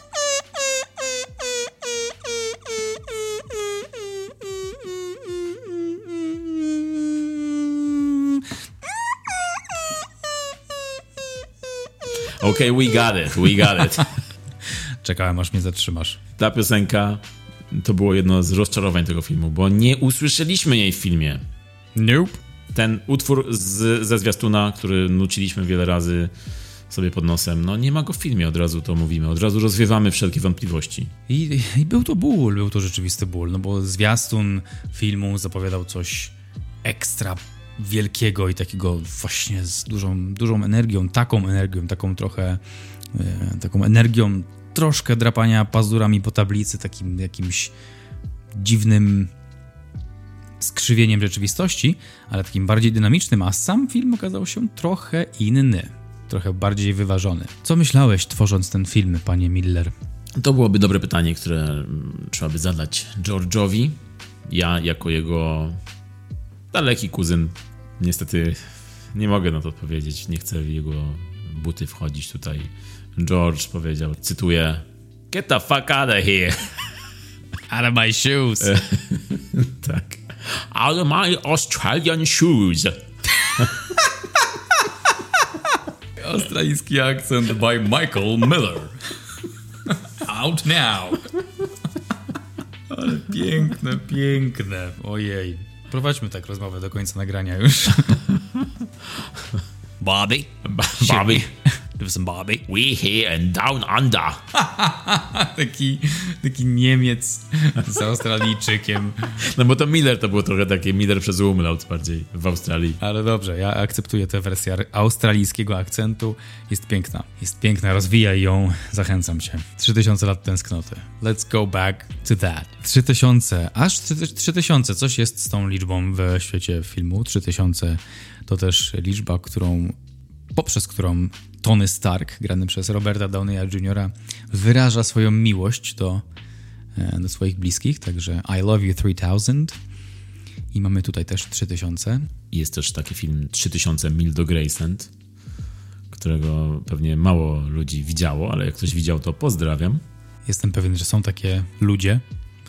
Okej, okay, we got it, we got it. Czekałem, aż mnie zatrzymasz. Ta piosenka to było jedno z rozczarowań tego filmu, bo nie usłyszeliśmy jej w filmie. Nope. Ten utwór z, ze zwiastuna, który nuciliśmy wiele razy sobie pod nosem, no nie ma go w filmie, od razu to mówimy, od razu rozwiewamy wszelkie wątpliwości. I, i był to ból, był to rzeczywisty ból, no bo zwiastun filmu zapowiadał coś ekstra wielkiego i takiego właśnie z dużą, dużą energią, taką energią, taką trochę, e, taką energią troszkę drapania pazurami po tablicy, takim jakimś dziwnym skrzywieniem rzeczywistości, ale takim bardziej dynamicznym, a sam film okazał się trochę inny, trochę bardziej wyważony. Co myślałeś, tworząc ten film, panie Miller? To byłoby dobre pytanie, które trzeba by zadać George'owi. Ja jako jego daleki kuzyn niestety nie mogę na to odpowiedzieć, nie chcę w jego buty wchodzić tutaj. George powiedział, cytuję: "Get the fuck out of here." Out of my shoes. Tak. Out of my Australian shoes. Australijski akcent by Michael Miller. Out now. Ale piękne, piękne. Ojej. Prowadźmy tak rozmowę do końca nagrania już. Bobby. Bobby. Do some Bobby. We here and down under. taki, taki Niemiec z Australijczykiem. No bo to Miller to było trochę takie Miller przez umlaut bardziej w Australii. Ale dobrze, ja akceptuję tę wersję australijskiego akcentu. Jest piękna. Jest piękna, rozwijaj ją. Zachęcam cię. trzy tysiące lat tęsknoty. Let's go back to that. trzy tysiące. Aż trzy tysiące. Coś jest z tą liczbą w świecie filmu. trzy tysiące to też liczba, którą poprzez którą Tony Stark, grany przez Roberta Downeya juniora, wyraża swoją miłość do, do swoich bliskich, także I love you three thousand. I mamy tutaj też trzy tysiące. Jest też taki film trzy tysiące mil do Graceland, którego pewnie mało ludzi widziało, ale jak ktoś widział, to pozdrawiam. Jestem pewien, że są takie ludzie,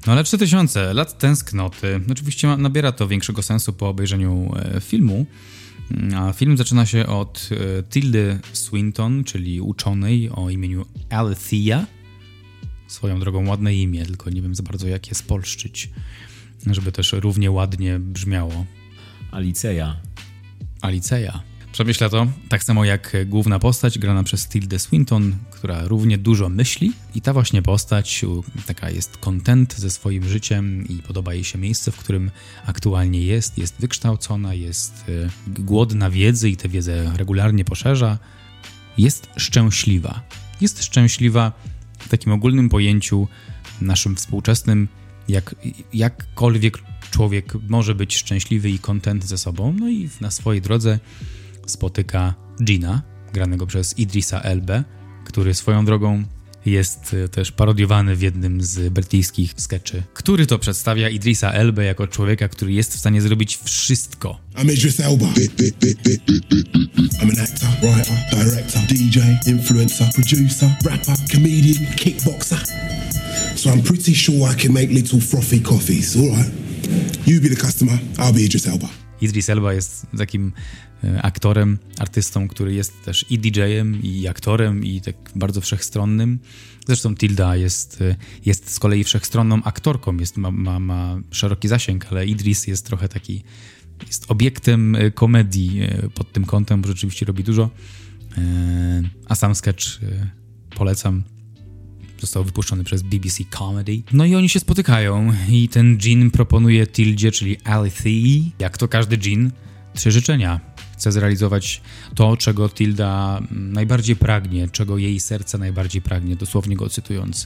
No ale trzy tysiące lat tęsknoty. Oczywiście ma, nabiera to większego sensu po obejrzeniu e, filmu. A film zaczyna się od e, Tildy Swinton, czyli uczonej o imieniu Alethea. Swoją drogą ładne imię, tylko nie wiem za bardzo jak je spolszczyć, żeby też równie ładnie brzmiało. Aliceja. Aliceja. Przemyśla to tak samo jak główna postać grana przez Tildę Swinton, która równie dużo myśli i ta właśnie postać taka jest content ze swoim życiem i podoba jej się miejsce, w którym aktualnie jest, jest wykształcona, jest y, głodna wiedzy i tę wiedzę regularnie poszerza. Jest szczęśliwa. Jest szczęśliwa w takim ogólnym pojęciu naszym współczesnym, jak, jakkolwiek człowiek może być szczęśliwy i content ze sobą. No i na swojej drodze spotyka Gina, granego przez Idrisa Elbę, który swoją drogą jest też parodiowany w jednym z brytyjskich sketchy, który to przedstawia Idrisa Elbę jako człowieka, który jest w stanie zrobić wszystko. I'm Idris Elba. I'm an actor, writer, director, D J, influencer, producer, rapper, comedian, kickboxer. So I'm pretty sure I can make little frothy coffees, all right? You be the customer, I'll be Idris Elba. Idris Elba jest takim e, aktorem, artystą, który jest też i D J-em, i aktorem, i tak bardzo wszechstronnym. Zresztą Tilda jest, e, jest z kolei wszechstronną aktorką, jest, ma, ma, ma szeroki zasięg, ale Idris jest trochę taki, jest obiektem e, komedii e, pod tym kątem, bo rzeczywiście robi dużo. E, a sam sketch e, polecam. Został wypuszczony przez B B C Comedy. No i oni się spotykają i ten dżin proponuje Tildzie, czyli Alethea, jak to każdy dżin, trzy życzenia. Chce zrealizować to, czego Tilda najbardziej pragnie, czego jej serce najbardziej pragnie, dosłownie go cytując.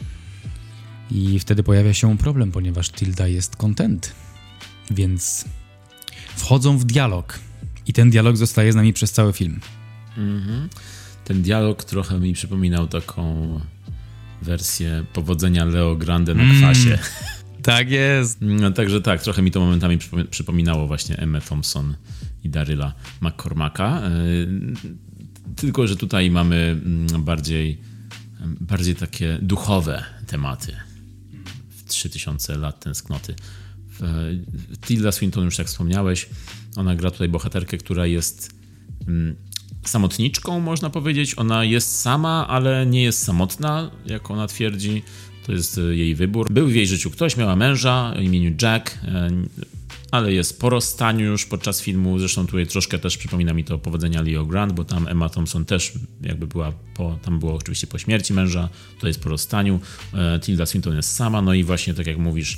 I wtedy pojawia się problem, ponieważ Tilda jest content. Więc wchodzą w dialog i ten dialog zostaje z nami przez cały film. Mm-hmm. Ten dialog trochę mi przypominał taką wersję powodzenia Leo Grande na kwasie. Mm, tak jest. No, także tak, trochę mi to momentami przypom- przypominało właśnie Emmę Thompson i Daryla McCormacka. Yy, tylko, że tutaj mamy bardziej, bardziej takie duchowe tematy. W trzy tysiące lat tęsknoty. Tilda Swinton, już jak wspomniałeś, ona gra tutaj bohaterkę, która jest mm, samotniczką, można powiedzieć. Ona jest sama, ale nie jest samotna, jak ona twierdzi. To jest jej wybór. Był w jej życiu ktoś, miała męża o imieniu Jack, ale jest po rozstaniu już podczas filmu. Zresztą tutaj troszkę też przypomina mi to powodzenia Leo Grande, bo tam Emma Thompson też jakby była po, tam było oczywiście po śmierci męża, to jest po rozstaniu. Tilda Swinton jest sama, no i właśnie tak jak mówisz,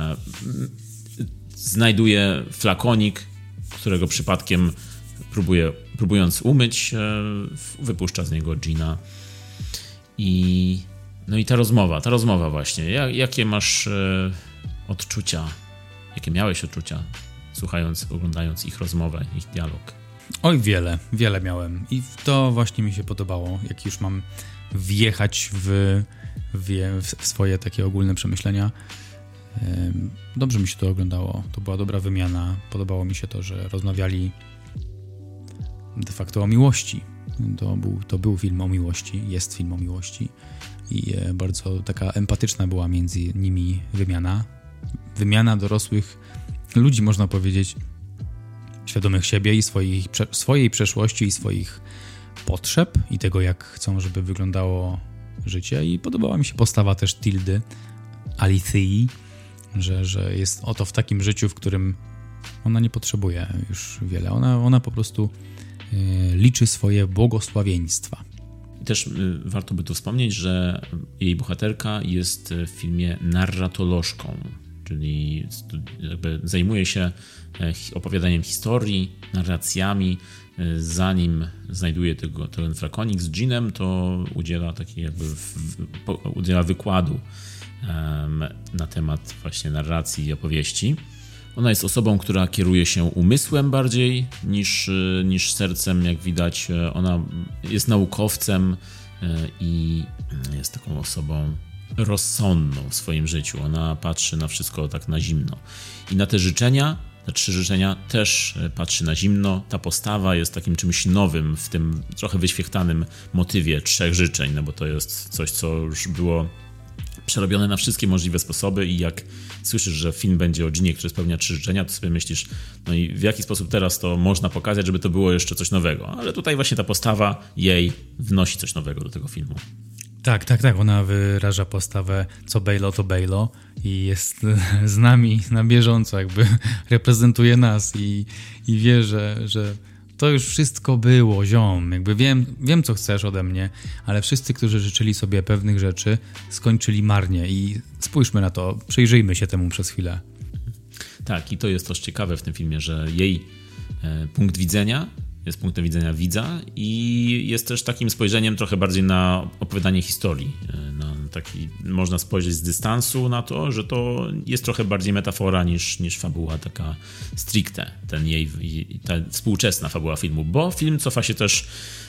znajduje flakonik, którego przypadkiem próbuje, próbując umyć, wypuszcza z niego gina. I no i ta rozmowa, ta rozmowa właśnie. Jak, jakie masz e, odczucia, jakie miałeś odczucia, słuchając, oglądając ich rozmowę, ich dialog? Oj, wiele, wiele miałem. I to właśnie mi się podobało, jak już mam wjechać w, w, w swoje takie ogólne przemyślenia. Dobrze mi się to oglądało. To była dobra wymiana. Podobało mi się to, że rozmawiali de facto o miłości. To był, to był film o miłości, jest film o miłości i bardzo taka empatyczna była między nimi wymiana. Wymiana dorosłych ludzi, można powiedzieć, świadomych siebie i swoich, swojej przeszłości i swoich potrzeb i tego, jak chcą, żeby wyglądało życie. I podobała mi się postawa też Tildy, Alethei, że, że jest oto w takim życiu, w którym ona nie potrzebuje już wiele. Ona, ona po prostu y, liczy swoje błogosławieństwa. I też y, warto by tu wspomnieć, że jej bohaterka jest w filmie narratolożką, czyli jakby zajmuje się opowiadaniem historii, narracjami. Zanim znajduje tego, ten flakonik z ginem, to udziela takiej jakby w, w, po, udziela wykładu um, na temat właśnie narracji i opowieści. Ona jest osobą, która kieruje się umysłem bardziej niż, niż sercem, jak widać. Ona jest naukowcem i jest taką osobą rozsądną w swoim życiu. Ona patrzy na wszystko tak na zimno. I na te życzenia, te trzy życzenia też patrzy na zimno. Ta postawa jest takim czymś nowym w tym trochę wyświechtanym motywie trzech życzeń, no bo to jest coś, co już było przerobione na wszystkie możliwe sposoby i jak słyszysz, że film będzie o dżinie, który spełnia trzy życzenia, to sobie myślisz, no i w jaki sposób teraz to można pokazać, żeby to było jeszcze coś nowego. Ale tutaj właśnie ta postawa jej wnosi coś nowego do tego filmu. Tak, tak, tak. Ona wyraża postawę co Bejlo, to Bejlo i jest z nami na bieżąco, jakby reprezentuje nas i, i wie, że, że to już wszystko było, ziom. Jakby wiem, wiem, co chcesz ode mnie, ale wszyscy, którzy życzyli sobie pewnych rzeczy, skończyli marnie i spójrzmy na to, przyjrzyjmy się temu przez chwilę. Tak, i to jest też ciekawe w tym filmie, że jej e, punkt widzenia jest punktem widzenia widza i jest też takim spojrzeniem trochę bardziej na opowiadanie historii. Na taki, można spojrzeć z dystansu na to, że to jest trochę bardziej metafora niż, niż fabuła taka stricte, ten jej, ta współczesna fabuła filmu, bo film cofa się też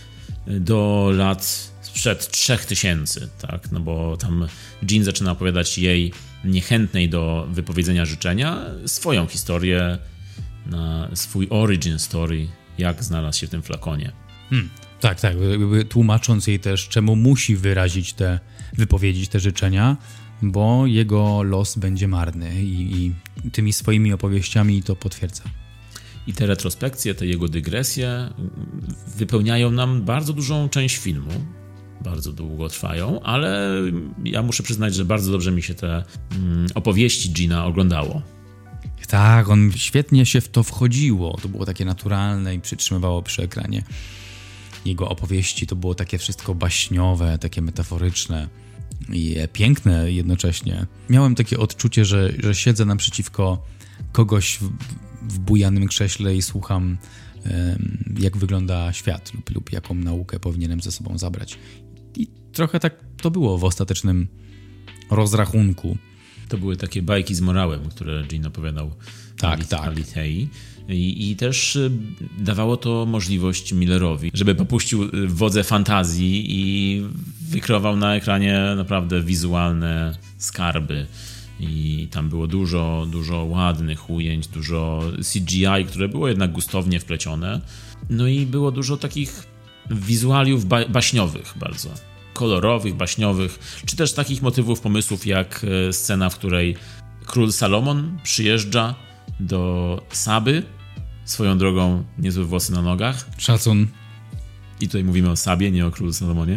do lat sprzed trzech tysięcy, tak? No bo tam Jean zaczyna opowiadać jej niechętnej do wypowiedzenia życzenia swoją historię, na swój origin story, jak znalazł się w tym flakonie. Hmm, tak, tak. Tłumacząc jej też, czemu musi wyrazić te, wypowiedzieć te życzenia, bo jego los będzie marny i, i tymi swoimi opowieściami to potwierdza. I te retrospekcje, te jego dygresje wypełniają nam bardzo dużą część filmu. Bardzo długo trwają, ale ja muszę przyznać, że bardzo dobrze mi się te mm, opowieści Gina oglądało. Tak, on świetnie się w to wchodziło. To było takie naturalne i przytrzymywało przy ekranie. Jego opowieści to było takie wszystko baśniowe, takie metaforyczne i piękne jednocześnie. Miałem takie odczucie, że, że siedzę naprzeciwko kogoś w, w bujanym krześle i słucham, um, jak wygląda świat lub, lub jaką naukę powinienem ze sobą zabrać. I trochę tak to było w ostatecznym rozrachunku. To były takie bajki z morałem, które Jean opowiadał tak, Ali, tak. Alitei. I, I też dawało to możliwość Millerowi, żeby popuścił wodze fantazji i wykreował na ekranie naprawdę wizualne skarby. I tam było dużo, dużo ładnych ujęć, dużo C G I, które było jednak gustownie wplecione. No i było dużo takich wizualiów ba- baśniowych bardzo. Kolorowych, baśniowych, czy też takich motywów, pomysłów jak scena, w której król Salomon przyjeżdża do Saby, swoją drogą niezłe włosy na nogach. Szacun. I tutaj mówimy o Sabie, nie o królu Salomonie.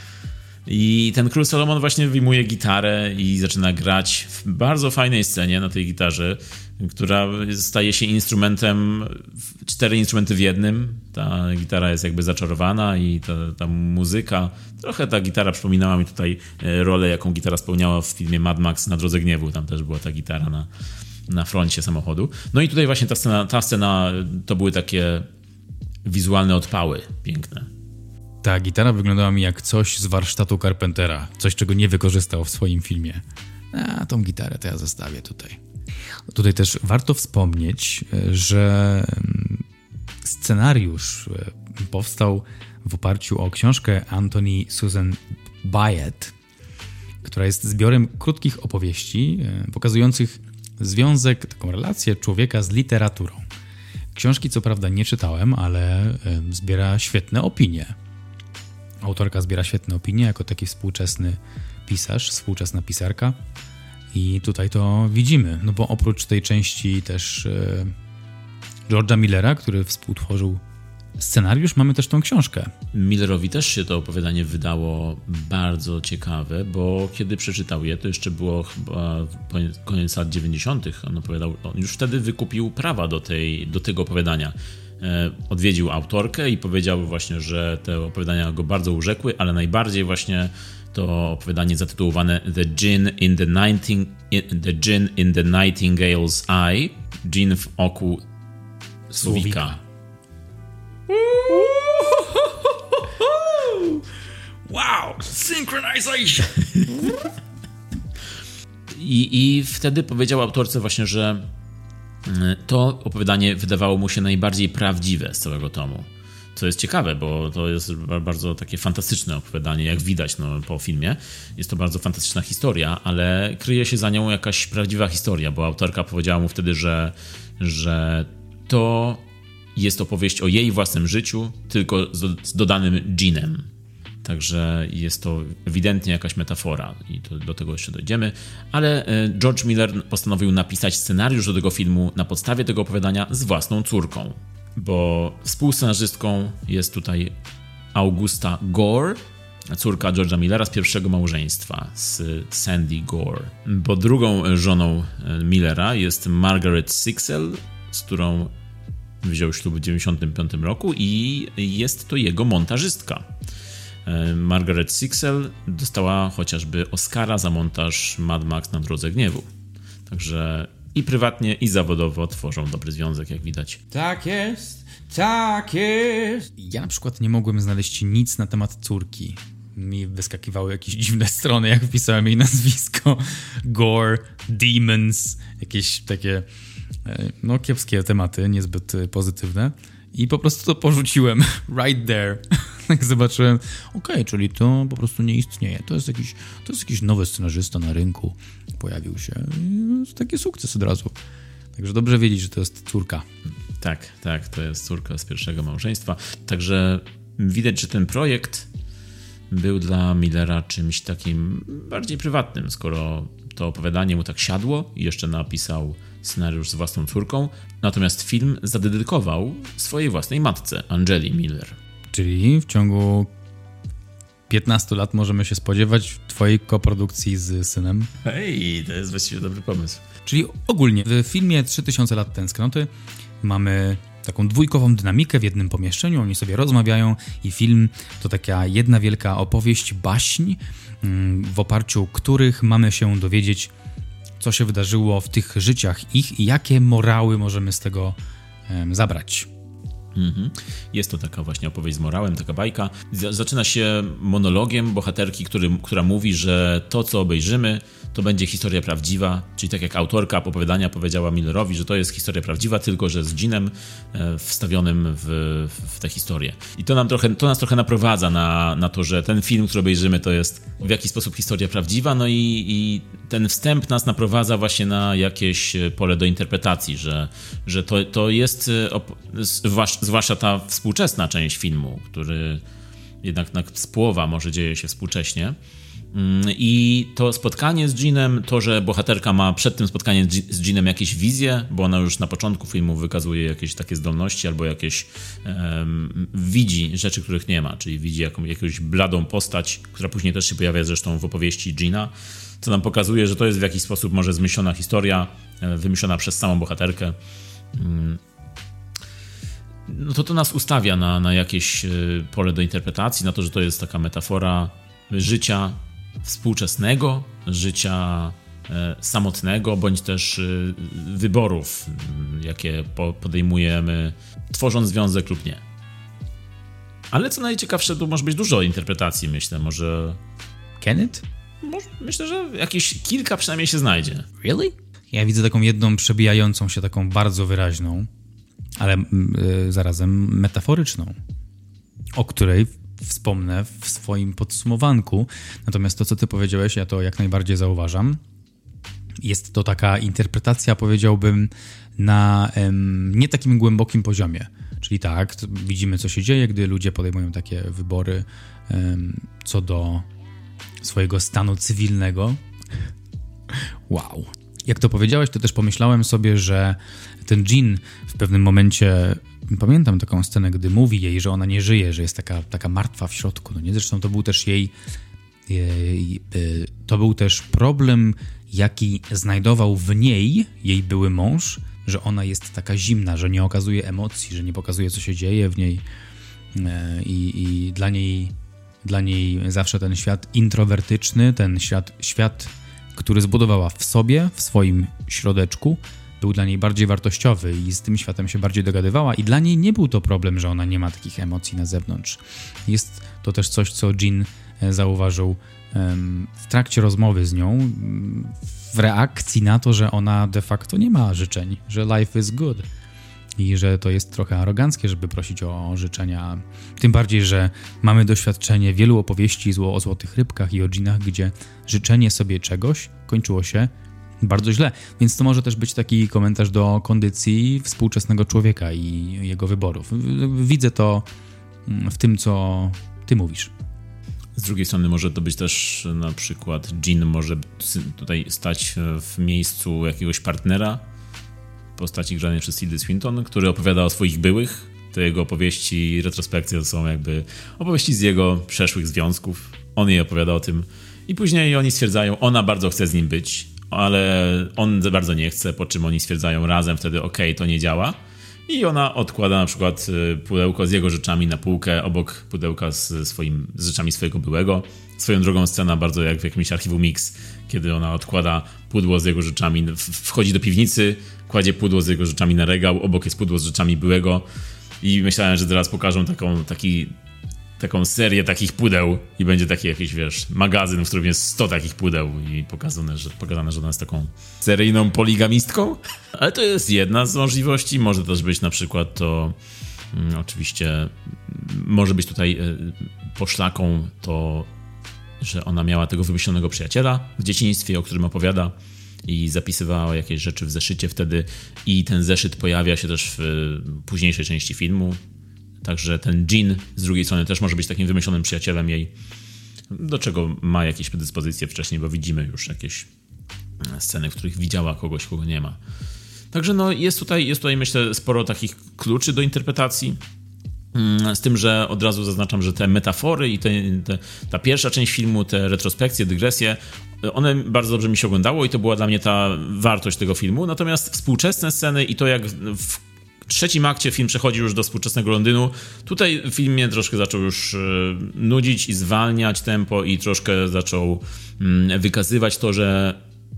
I ten król Salomon właśnie wyjmuje gitarę i zaczyna grać w bardzo fajnej scenie na tej gitarze, która staje się instrumentem, cztery instrumenty w jednym. Ta gitara jest jakby zaczarowana i ta, ta muzyka, trochę ta gitara przypominała mi tutaj rolę, jaką gitara spełniała w filmie Mad Max Na drodze gniewu. Tam też była ta gitara na, na froncie samochodu. No i tutaj właśnie ta scena, ta scena to były takie wizualne odpały piękne. Ta gitara wyglądała mi jak coś z warsztatu Carpentera. Coś, czego nie wykorzystał w swoim filmie. A tą gitarę to ja zostawię tutaj. Tutaj też warto wspomnieć, że scenariusz powstał w oparciu o książkę Anthony Susan Byatt, która jest zbiorem krótkich opowieści pokazujących związek, taką relację człowieka z literaturą. Książki co prawda nie czytałem, ale zbiera świetne opinie. Autorka zbiera świetne opinie jako taki współczesny pisarz, współczesna pisarka. I tutaj to widzimy, no bo oprócz tej części też e, George'a Millera, który współtworzył scenariusz, mamy też tą książkę. Millerowi też się to opowiadanie wydało bardzo ciekawe, bo kiedy przeczytał je, to jeszcze było chyba koniec lat dziewięćdziesiątych. On opowiadał, on już wtedy wykupił prawa do, tej, do tego opowiadania. E, odwiedził autorkę i powiedział właśnie, że te opowiadania go bardzo urzekły, ale najbardziej właśnie to opowiadanie zatytułowane The Djinn in the, nineteen, the Djinn in the Nightingale's Eye, dżin w oku słowika. Wow! Synchronization! I, I wtedy powiedział autorce właśnie, że to opowiadanie wydawało mu się najbardziej prawdziwe z całego tomu. Co jest ciekawe, bo to jest bardzo takie fantastyczne opowiadanie, jak widać no, po filmie. Jest to bardzo fantastyczna historia, ale kryje się za nią jakaś prawdziwa historia, bo autorka powiedziała mu wtedy, że, że to jest opowieść o jej własnym życiu, tylko z, z dodanym dżinem. Także jest to ewidentnie jakaś metafora i to, do tego jeszcze dojdziemy. Ale George Miller postanowił napisać scenariusz do tego filmu na podstawie tego opowiadania z własną córką. Bo współscenarzystką jest tutaj Augusta Gore, córka George'a Millera z pierwszego małżeństwa z Sandy Gore. Bo drugą żoną Millera jest Margaret Sixel, z którą wziął ślub w dziewięćdziesiątym piątym roku i jest to jego montażystka. Margaret Sixel dostała chociażby Oscara za montaż Mad Max na Drodze Gniewu. Także i prywatnie, i zawodowo tworzą dobry związek, jak widać. Tak jest, tak jest. Ja na przykład nie mogłem znaleźć nic na temat córki. Mi wyskakiwały jakieś dziwne strony, jak wpisałem jej nazwisko. Gore, Demons, jakieś takie no kiepskie tematy, niezbyt pozytywne. I po prostu to porzuciłem. Right there. Jak zobaczyłem, okej, okay, czyli to po prostu nie istnieje. To jest jakiś, to jest jakiś nowy scenarzysta na rynku. Pojawił się. I taki sukces od razu. Także dobrze wiedzieć, że to jest córka. Tak, tak, to jest córka z pierwszego małżeństwa. Także widać, że ten projekt był dla Millera czymś takim bardziej prywatnym, skoro to opowiadanie mu tak siadło i jeszcze napisał scenariusz z własną córką, natomiast film zadedykował swojej własnej matce, Angeli Miller. Czyli w ciągu piętnastu lat możemy się spodziewać twojej koprodukcji z synem. Hej, to jest właściwie dobry pomysł. Czyli ogólnie w filmie trzy tysiące lat tęsknoty mamy taką dwójkową dynamikę w jednym pomieszczeniu, oni sobie rozmawiają i film to taka jedna wielka opowieść, baśń, w oparciu których mamy się dowiedzieć, co się wydarzyło w tych życiach ich i jakie morały możemy z tego um, zabrać. Mm-hmm. Jest to taka właśnie opowieść z morałem, taka bajka. Z- zaczyna się monologiem bohaterki, który, która mówi, że to, co obejrzymy, to będzie historia prawdziwa, czyli tak jak autorka opowiadania powiedziała Millerowi, że to jest historia prawdziwa, tylko że z dżinem e, wstawionym w, w tę historię. I to, nam trochę, to nas trochę naprowadza na, na to, że ten film, który obejrzymy, to jest w jakiś sposób historia prawdziwa, no i, i ten wstęp nas naprowadza właśnie na jakieś pole do interpretacji, że, że to, to jest, op- zwłasz, zwłaszcza ta współczesna część filmu, który jednak z połowa może dzieje się współcześnie. I to spotkanie z Jeanem, to, że bohaterka ma przed tym spotkaniem z Jeanem jakieś wizje, bo ona już na początku filmu wykazuje jakieś takie zdolności albo jakieś um, widzi rzeczy, których nie ma, czyli widzi jaką, jakąś bladą postać, która później też się pojawia zresztą w opowieści Jeana, co nam pokazuje, że to jest w jakiś sposób może zmyślona historia, wymyślona przez samą bohaterkę. No to to nas ustawia na, na jakieś pole do interpretacji, na to, że to jest taka metafora życia współczesnego, życia e, samotnego, bądź też e, wyborów, jakie po, podejmujemy, tworząc związek lub nie. Ale co najciekawsze, tu może być dużo interpretacji, myślę, może... Kenneth? Może, myślę, że jakieś kilka przynajmniej się znajdzie. Really? Ja widzę taką jedną przebijającą się, taką bardzo wyraźną, ale yy, zarazem metaforyczną, o której wspomnę w swoim podsumowanku. Natomiast to, co ty powiedziałeś, ja to jak najbardziej zauważam. Jest to taka interpretacja, powiedziałbym, na em, nie takim głębokim poziomie. Czyli tak, widzimy, co się dzieje, gdy ludzie podejmują takie wybory em, co do swojego stanu cywilnego. Wow. Jak to powiedziałeś, to też pomyślałem sobie, że ten Jean w pewnym momencie, pamiętam taką scenę, gdy mówi jej, że ona nie żyje, że jest taka, taka martwa w środku. No nie, zresztą to był też jej, jej, to był też problem, jaki znajdował w niej jej były mąż, że ona jest taka zimna, że nie okazuje emocji, że nie pokazuje, co się dzieje w niej i, i dla niej, dla niej zawsze ten świat introwertyczny, ten świat, świat, który zbudowała w sobie, w swoim środeczku, był dla niej bardziej wartościowy i z tym światem się bardziej dogadywała i dla niej nie był to problem, że ona nie ma takich emocji na zewnątrz. Jest to też coś, co Jean zauważył w trakcie rozmowy z nią, w reakcji na to, że ona de facto nie ma życzeń, że life is good i że to jest trochę aroganckie, żeby prosić o życzenia. Tym bardziej, że mamy doświadczenie wielu opowieści o złotych rybkach i o dżinach, gdzie życzenie sobie czegoś kończyło się bardzo źle. Więc to może też być taki komentarz do kondycji współczesnego człowieka i jego wyborów. Widzę to w tym, co ty mówisz. Z drugiej strony może to być też na przykład Jean może tutaj stać w miejscu jakiegoś partnera w postaci granej przez Tildy Swinton, który opowiada o swoich byłych. Te jego opowieści i retrospekcje to są jakby opowieści z jego przeszłych związków. On jej opowiada o tym i później oni stwierdzają, ona bardzo chce z nim być, ale on bardzo nie chce, po czym oni stwierdzają razem wtedy, okej, okay, to nie działa. I ona odkłada na przykład pudełko z jego rzeczami na półkę obok pudełka z, swoim, z rzeczami swojego byłego. Swoją drogą scena bardzo jak w jakimś archiwum Mix, kiedy ona odkłada pudło z jego rzeczami, wchodzi do piwnicy, kładzie pudło z jego rzeczami na regał, obok jest pudło z rzeczami byłego i myślałem, że teraz pokażą taką, taki, taką serię takich pudeł i będzie taki jakiś, wiesz, magazyn, w którym jest sto takich pudeł i pokazane, że, pokazane, że ona jest taką seryjną poligamistką. Ale to jest jedna z możliwości. Może też być na przykład to mm, oczywiście może być tutaj y, poszlaką to, że ona miała tego wymyślonego przyjaciela w dzieciństwie, o którym opowiada i zapisywała jakieś rzeczy w zeszycie wtedy i ten zeszyt pojawia się też w y, późniejszej części filmu. Także ten Jean z drugiej strony też może być takim wymyślonym przyjacielem jej, do czego ma jakieś predyspozycje wcześniej, bo widzimy już jakieś sceny, w których widziała kogoś, kogo nie ma. Także no jest tutaj, jest tutaj myślę sporo takich kluczy do interpretacji, z tym, że od razu zaznaczam, że te metafory i te, te, ta pierwsza część filmu, te retrospekcje, dygresje, one bardzo dobrze mi się oglądało i to była dla mnie ta wartość tego filmu, natomiast współczesne sceny i to jak w trzecim akcie film przechodzi już do współczesnego Londynu. Tutaj film mnie troszkę zaczął już nudzić i zwalniać tempo i troszkę zaczął wykazywać to, że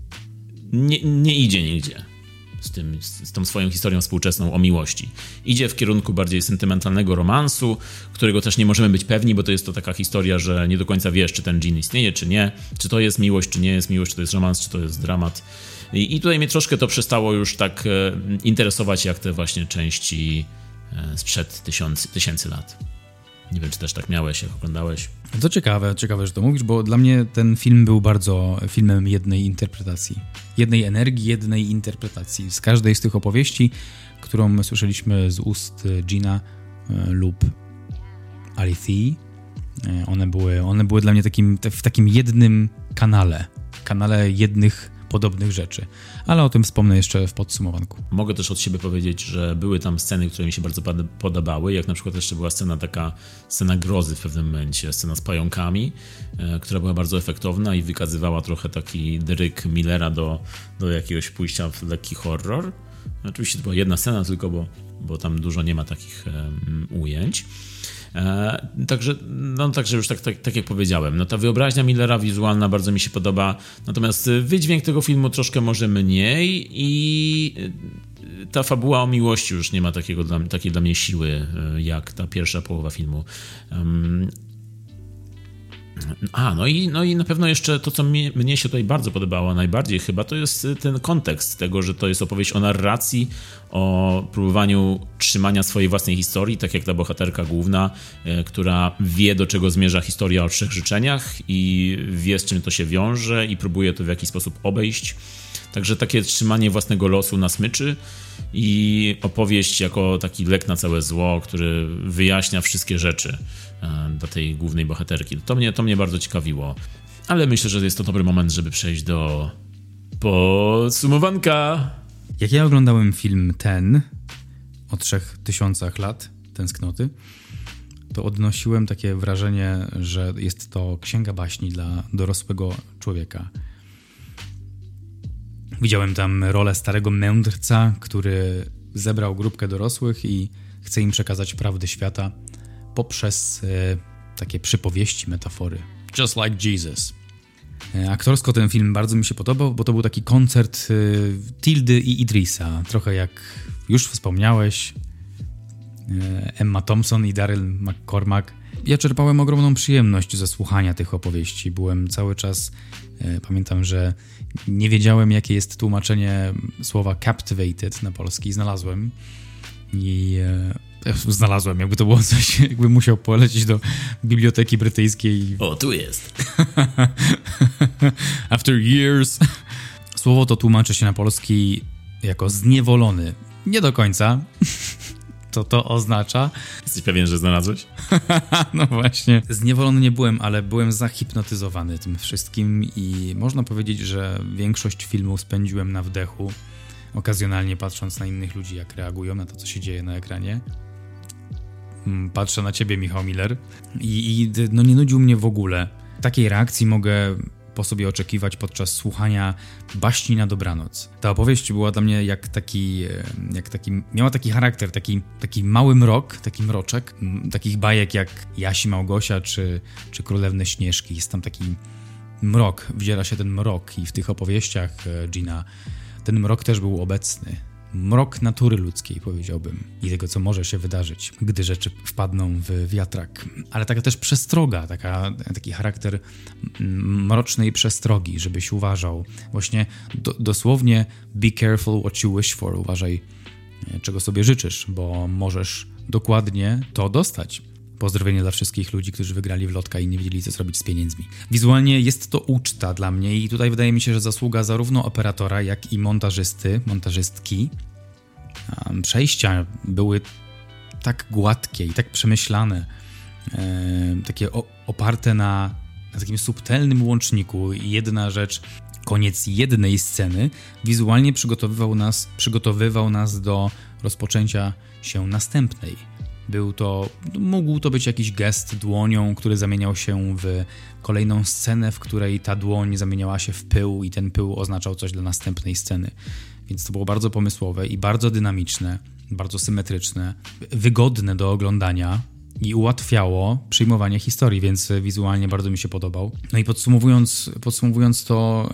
nie, nie idzie nigdzie z, tym, z tą swoją historią współczesną o miłości. Idzie w kierunku bardziej sentymentalnego romansu, którego też nie możemy być pewni, bo to jest to taka historia, że nie do końca wiesz, czy ten Jean istnieje, czy nie, czy to jest miłość, czy nie jest miłość, czy to jest romans, czy to jest dramat. I tutaj mnie troszkę to przestało już tak e, interesować, jak te właśnie części e, sprzed tysiący, tysięcy lat. Nie wiem, czy też tak miałeś, jak oglądałeś. To ciekawe, ciekawe, że to mówisz, bo dla mnie ten film był bardzo filmem jednej interpretacji. Jednej energii, jednej interpretacji. Z każdej z tych opowieści, którą słyszeliśmy z ust Gina e, lub Alethea, e, one były, one były dla mnie takim, w takim jednym kanale. Kanale jednych podobnych rzeczy, ale o tym wspomnę jeszcze w podsumowanku. Mogę też od siebie powiedzieć, że były tam sceny, które mi się bardzo podobały, jak na przykład jeszcze była scena taka, scena grozy w pewnym momencie, scena z pająkami, e, która była bardzo efektowna i wykazywała trochę taki dryg Millera do, do jakiegoś pójścia w lekki horror. Oczywiście to była jedna scena tylko, bo, bo tam dużo nie ma takich e, ujęć. E, także, no, także już tak, tak, tak jak powiedziałem, no ta wyobraźnia Millera wizualna bardzo mi się podoba, natomiast wydźwięk tego filmu troszkę może mniej i ta fabuła o miłości już nie ma takiego dla, takiej dla mnie siły jak ta pierwsza połowa filmu. Um, A, no i, no i na pewno jeszcze to, co mnie, mnie się tutaj bardzo podobało najbardziej chyba, to jest ten kontekst tego, że to jest opowieść o narracji, o próbowaniu trzymania swojej własnej historii, tak jak ta bohaterka główna, e, która wie, do czego zmierza historia o trzech życzeniach i wie, z czym to się wiąże i próbuje to w jakiś sposób obejść. Także takie trzymanie własnego losu na smyczy i opowieść jako taki lek na całe zło, który wyjaśnia wszystkie rzeczy dla tej głównej bohaterki. To mnie, to mnie bardzo ciekawiło. Ale myślę, że jest to dobry moment, żeby przejść do podsumowanka. Jak ja oglądałem film ten o trzech tysiącach lat tęsknoty, to odnosiłem takie wrażenie, że jest to księga baśni dla dorosłego człowieka. Widziałem tam rolę starego mędrca, który zebrał grupkę dorosłych i chce im przekazać prawdę świata poprzez e, takie przypowieści, metafory. Just like Jesus. E, aktorsko ten film bardzo mi się podobał, bo to był taki koncert e, Tildy i Idrisa. Trochę jak już wspomniałeś, e, Emma Thompson i Daryl McCormack. Ja czerpałem ogromną przyjemność ze słuchania tych opowieści. Byłem cały czas, e, pamiętam, że nie wiedziałem, jakie jest tłumaczenie słowa captivated na polski. Znalazłem i e, znalazłem, jakby to było coś, jakby musiał polecieć do biblioteki brytyjskiej. O, tu jest. After years. Słowo to tłumaczy się na polski jako zniewolony. Nie do końca. to to oznacza. Jesteś pewien, że znalazłeś? No właśnie. Zniewolony nie byłem, ale byłem zahipnotyzowany tym wszystkim i można powiedzieć, że większość filmu spędziłem na wdechu, okazjonalnie patrząc na innych ludzi, jak reagują na to, co się dzieje na ekranie. Patrzę na ciebie, Michał Miller, i, i no nie nudził mnie w ogóle. Takiej reakcji mogę po sobie oczekiwać podczas słuchania Baśni na dobranoc. Ta opowieść była dla mnie jak taki, jak taki miała taki charakter, taki, taki mały mrok, taki mroczek, takich bajek jak Jasi Małgosia czy, czy Królewne Śnieżki. Jest tam taki mrok, wdziera się ten mrok i w tych opowieściach Gina ten mrok też był obecny. Mrok natury ludzkiej, powiedziałbym, i tego, co może się wydarzyć, gdy rzeczy wpadną w wiatrak. Ale taka też przestroga, taka, taki charakter mrocznej przestrogi, żebyś uważał. Właśnie do, dosłownie be careful what you wish for. Uważaj, czego sobie życzysz, bo możesz dokładnie to dostać. Pozdrowienie dla wszystkich ludzi, którzy wygrali w lotka i nie wiedzieli, co zrobić z pieniędzmi. Wizualnie jest to uczta dla mnie i tutaj wydaje mi się, że zasługa zarówno operatora, jak i montażysty, montażystki. Um, przejścia były tak gładkie i tak przemyślane, e, takie o, oparte na, na takim subtelnym łączniku. I jedna rzecz, koniec jednej sceny wizualnie przygotowywał nas, przygotowywał nas do rozpoczęcia się następnej. Był to, mógł to być jakiś gest dłonią, który zamieniał się w kolejną scenę, w której ta dłoń zamieniała się w pył i ten pył oznaczał coś dla następnej sceny. Więc to było bardzo pomysłowe i bardzo dynamiczne, bardzo symetryczne, wygodne do oglądania i ułatwiało przyjmowanie historii, więc wizualnie bardzo mi się podobał. No i podsumowując, podsumowując to,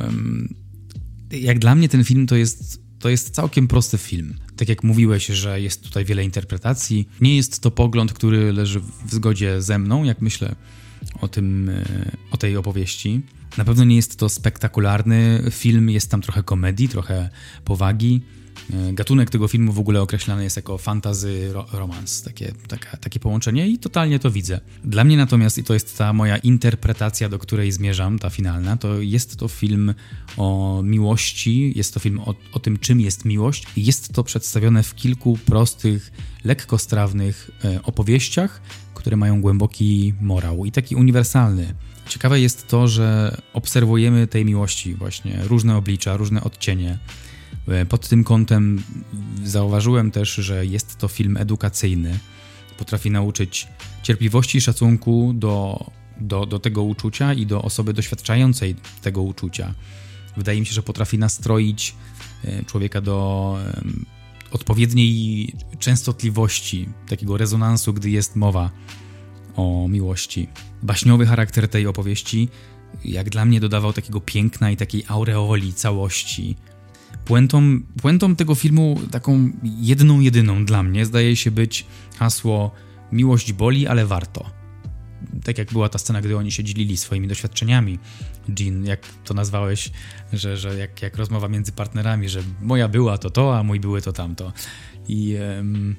jak dla mnie ten film to jest... To jest całkiem prosty film. Tak jak mówiłeś, że jest tutaj wiele interpretacji. Nie jest to pogląd, który leży w zgodzie ze mną, jak myślę o tym, o tej opowieści. Na pewno nie jest to spektakularny film, jest tam trochę komedii, trochę powagi. Gatunek tego filmu w ogóle określany jest jako fantasy romance, takie, taka, takie połączenie i totalnie to widzę. Dla mnie natomiast, i to jest ta moja interpretacja, do której zmierzam, ta finalna, to jest to film o miłości, jest to film o, o tym, czym jest miłość. Jest to przedstawione w kilku prostych, lekkostrawnych e, opowieściach, które mają głęboki morał i taki uniwersalny. Ciekawe jest to, że obserwujemy tej miłości właśnie różne oblicza, różne odcienie. Pod tym kątem zauważyłem też, że jest to film edukacyjny. Potrafi nauczyć cierpliwości i szacunku do, do, do tego uczucia i do osoby doświadczającej tego uczucia. Wydaje mi się, że potrafi nastroić człowieka do odpowiedniej częstotliwości, takiego rezonansu, gdy jest mowa o miłości. Baśniowy charakter tej opowieści, jak dla mnie, dodawał takiego piękna i takiej aureoli całości. Puentą, puentą tego filmu, taką jedną, jedyną dla mnie, zdaje się być hasło miłość boli, ale warto. Tak jak była ta scena, gdy oni się dzielili swoimi doświadczeniami. Jean, jak to nazwałeś, że, że jak, jak rozmowa między partnerami, że moja była to to, a mój były to tamto. I, um,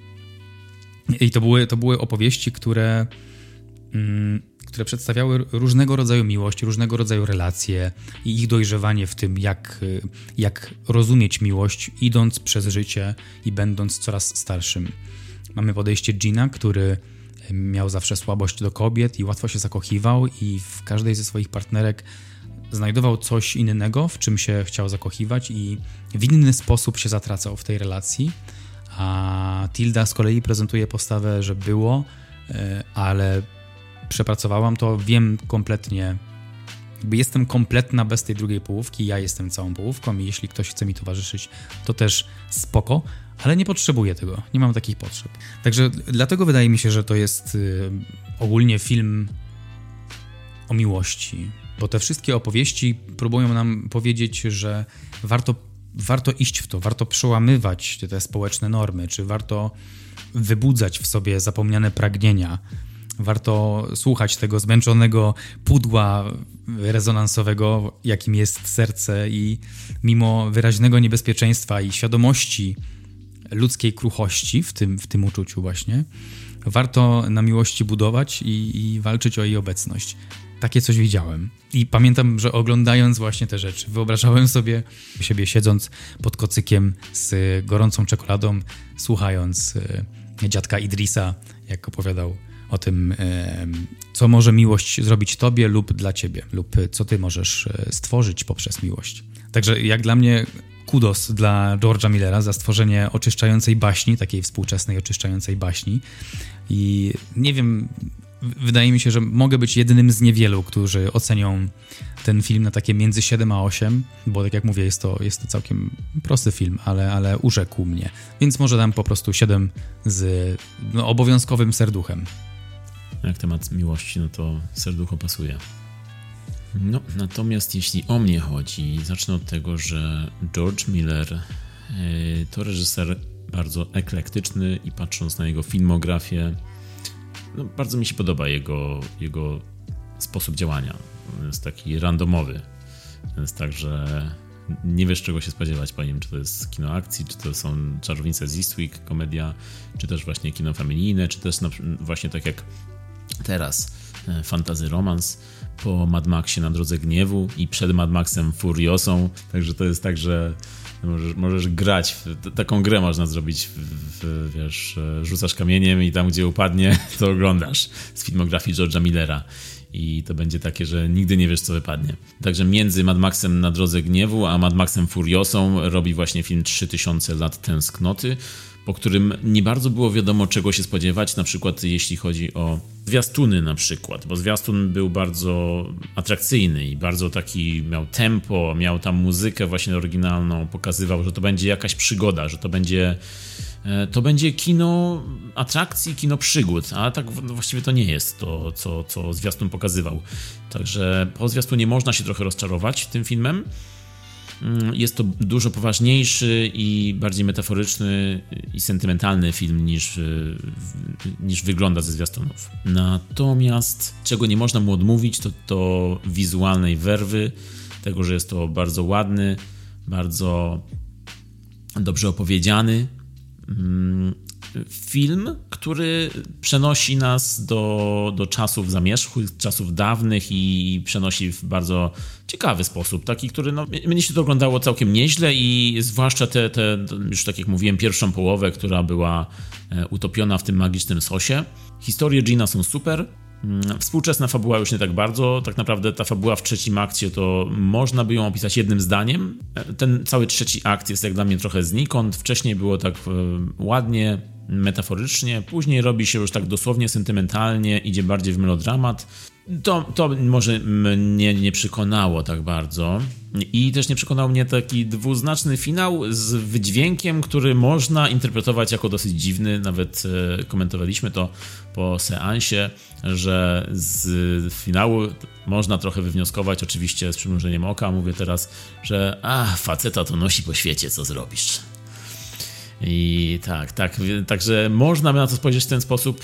i to, były, to były opowieści, które... Um, które przedstawiały różnego rodzaju miłość, różnego rodzaju relacje i ich dojrzewanie w tym, jak, jak rozumieć miłość, idąc przez życie i będąc coraz starszym. Mamy podejście Gina, który miał zawsze słabość do kobiet i łatwo się zakochiwał i w każdej ze swoich partnerek znajdował coś innego, w czym się chciał zakochiwać i w inny sposób się zatracał w tej relacji. A Tilda z kolei prezentuje postawę, że było, ale przepracowałam to, wiem kompletnie, jakby jestem kompletna bez tej drugiej połówki, ja jestem całą połówką i jeśli ktoś chce mi towarzyszyć, to też spoko, ale nie potrzebuję tego, nie mam takich potrzeb. Także dlatego wydaje mi się, że to jest y, ogólnie film o miłości, bo te wszystkie opowieści próbują nam powiedzieć, że warto, warto iść w to, warto przełamywać te, te społeczne normy, czy warto wybudzać w sobie zapomniane pragnienia. Warto słuchać tego zmęczonego pudła rezonansowego, jakim jest serce i mimo wyraźnego niebezpieczeństwa i świadomości ludzkiej kruchości w tym, w tym uczuciu właśnie, warto na miłości budować i, i walczyć o jej obecność. Takie coś widziałem. I pamiętam, że oglądając właśnie te rzeczy, wyobrażałem sobie siebie siedząc pod kocykiem z gorącą czekoladą, słuchając dziadka Idrisa, jak opowiadał o tym, co może miłość zrobić tobie lub dla ciebie, lub co ty możesz stworzyć poprzez miłość. Także jak dla mnie kudos dla George'a Millera za stworzenie oczyszczającej baśni, takiej współczesnej oczyszczającej baśni. I nie wiem, wydaje mi się, że mogę być jedynym z niewielu, którzy ocenią ten film na takie między siedem a osiem, bo tak jak mówię, jest to, jest to całkiem prosty film, ale, ale urzekł mnie. Więc może dam po prostu siedem z no, obowiązkowym serduchem. Jak temat miłości, no to serducho pasuje. No, natomiast jeśli o mnie chodzi, zacznę od tego, że George Miller yy, to reżyser bardzo eklektyczny i patrząc na jego filmografię, no, bardzo mi się podoba jego, jego sposób działania. On jest taki randomowy. To jest tak, że nie wiesz, czego się spodziewać po nim, czy to jest kino akcji, czy to są Czarownice z Eastwick, komedia, czy też właśnie kino familijne, czy też na, właśnie tak jak teraz fantasy romans po Mad Maxie Na drodze gniewu i przed Mad Maxem Furiosą. Także to jest tak, że możesz, możesz grać, w, taką grę można zrobić, w, w, wiesz, rzucasz kamieniem i tam, gdzie upadnie, to oglądasz z filmografii George'a Millera. I to będzie takie, że nigdy nie wiesz, co wypadnie. Także między Mad Maxem Na drodze gniewu a Mad Maxem Furiosą robi właśnie film trzy tysiące lat tęsknoty, po którym nie bardzo było wiadomo, czego się spodziewać, na przykład jeśli chodzi o zwiastuny na przykład, bo zwiastun był bardzo atrakcyjny i bardzo taki, miał tempo, miał tam muzykę właśnie oryginalną, pokazywał, że to będzie jakaś przygoda, że to będzie to będzie kino atrakcji, kino przygód, a tak właściwie to nie jest to, co, co zwiastun pokazywał. Także po zwiastunie można się trochę rozczarować tym filmem. Jest to dużo poważniejszy i bardziej metaforyczny i sentymentalny film niż, niż wygląda ze zwiastunów. Natomiast czego nie można mu odmówić, to, to wizualnej werwy, tego, że jest to bardzo ładny, bardzo dobrze opowiedziany film, który przenosi nas do, do czasów zamierzchłych, czasów dawnych i przenosi w bardzo ciekawy sposób, taki, który no, mnie się to oglądało całkiem nieźle i zwłaszcza te, te, już tak jak mówiłem, pierwszą połowę, która była utopiona w tym magicznym sosie. Historie Gina są super. Współczesna fabuła już nie tak bardzo. Tak naprawdę ta fabuła w trzecim akcie to można by ją opisać jednym zdaniem. Ten cały trzeci akt jest jak dla mnie trochę znikąd. Wcześniej było tak ładnie, metaforycznie, później robi się już tak dosłownie sentymentalnie, idzie bardziej w melodramat. To, to może mnie nie przekonało tak bardzo. I też nie przekonał mnie taki dwuznaczny finał z wydźwiękiem, który można interpretować jako dosyć dziwny. Nawet komentowaliśmy to po seansie, że z finału można trochę wywnioskować, oczywiście z przymrużeniem oka, mówię teraz, że a, faceta to nosi po świecie, co zrobisz. I tak, tak, także można by na to spojrzeć w ten sposób,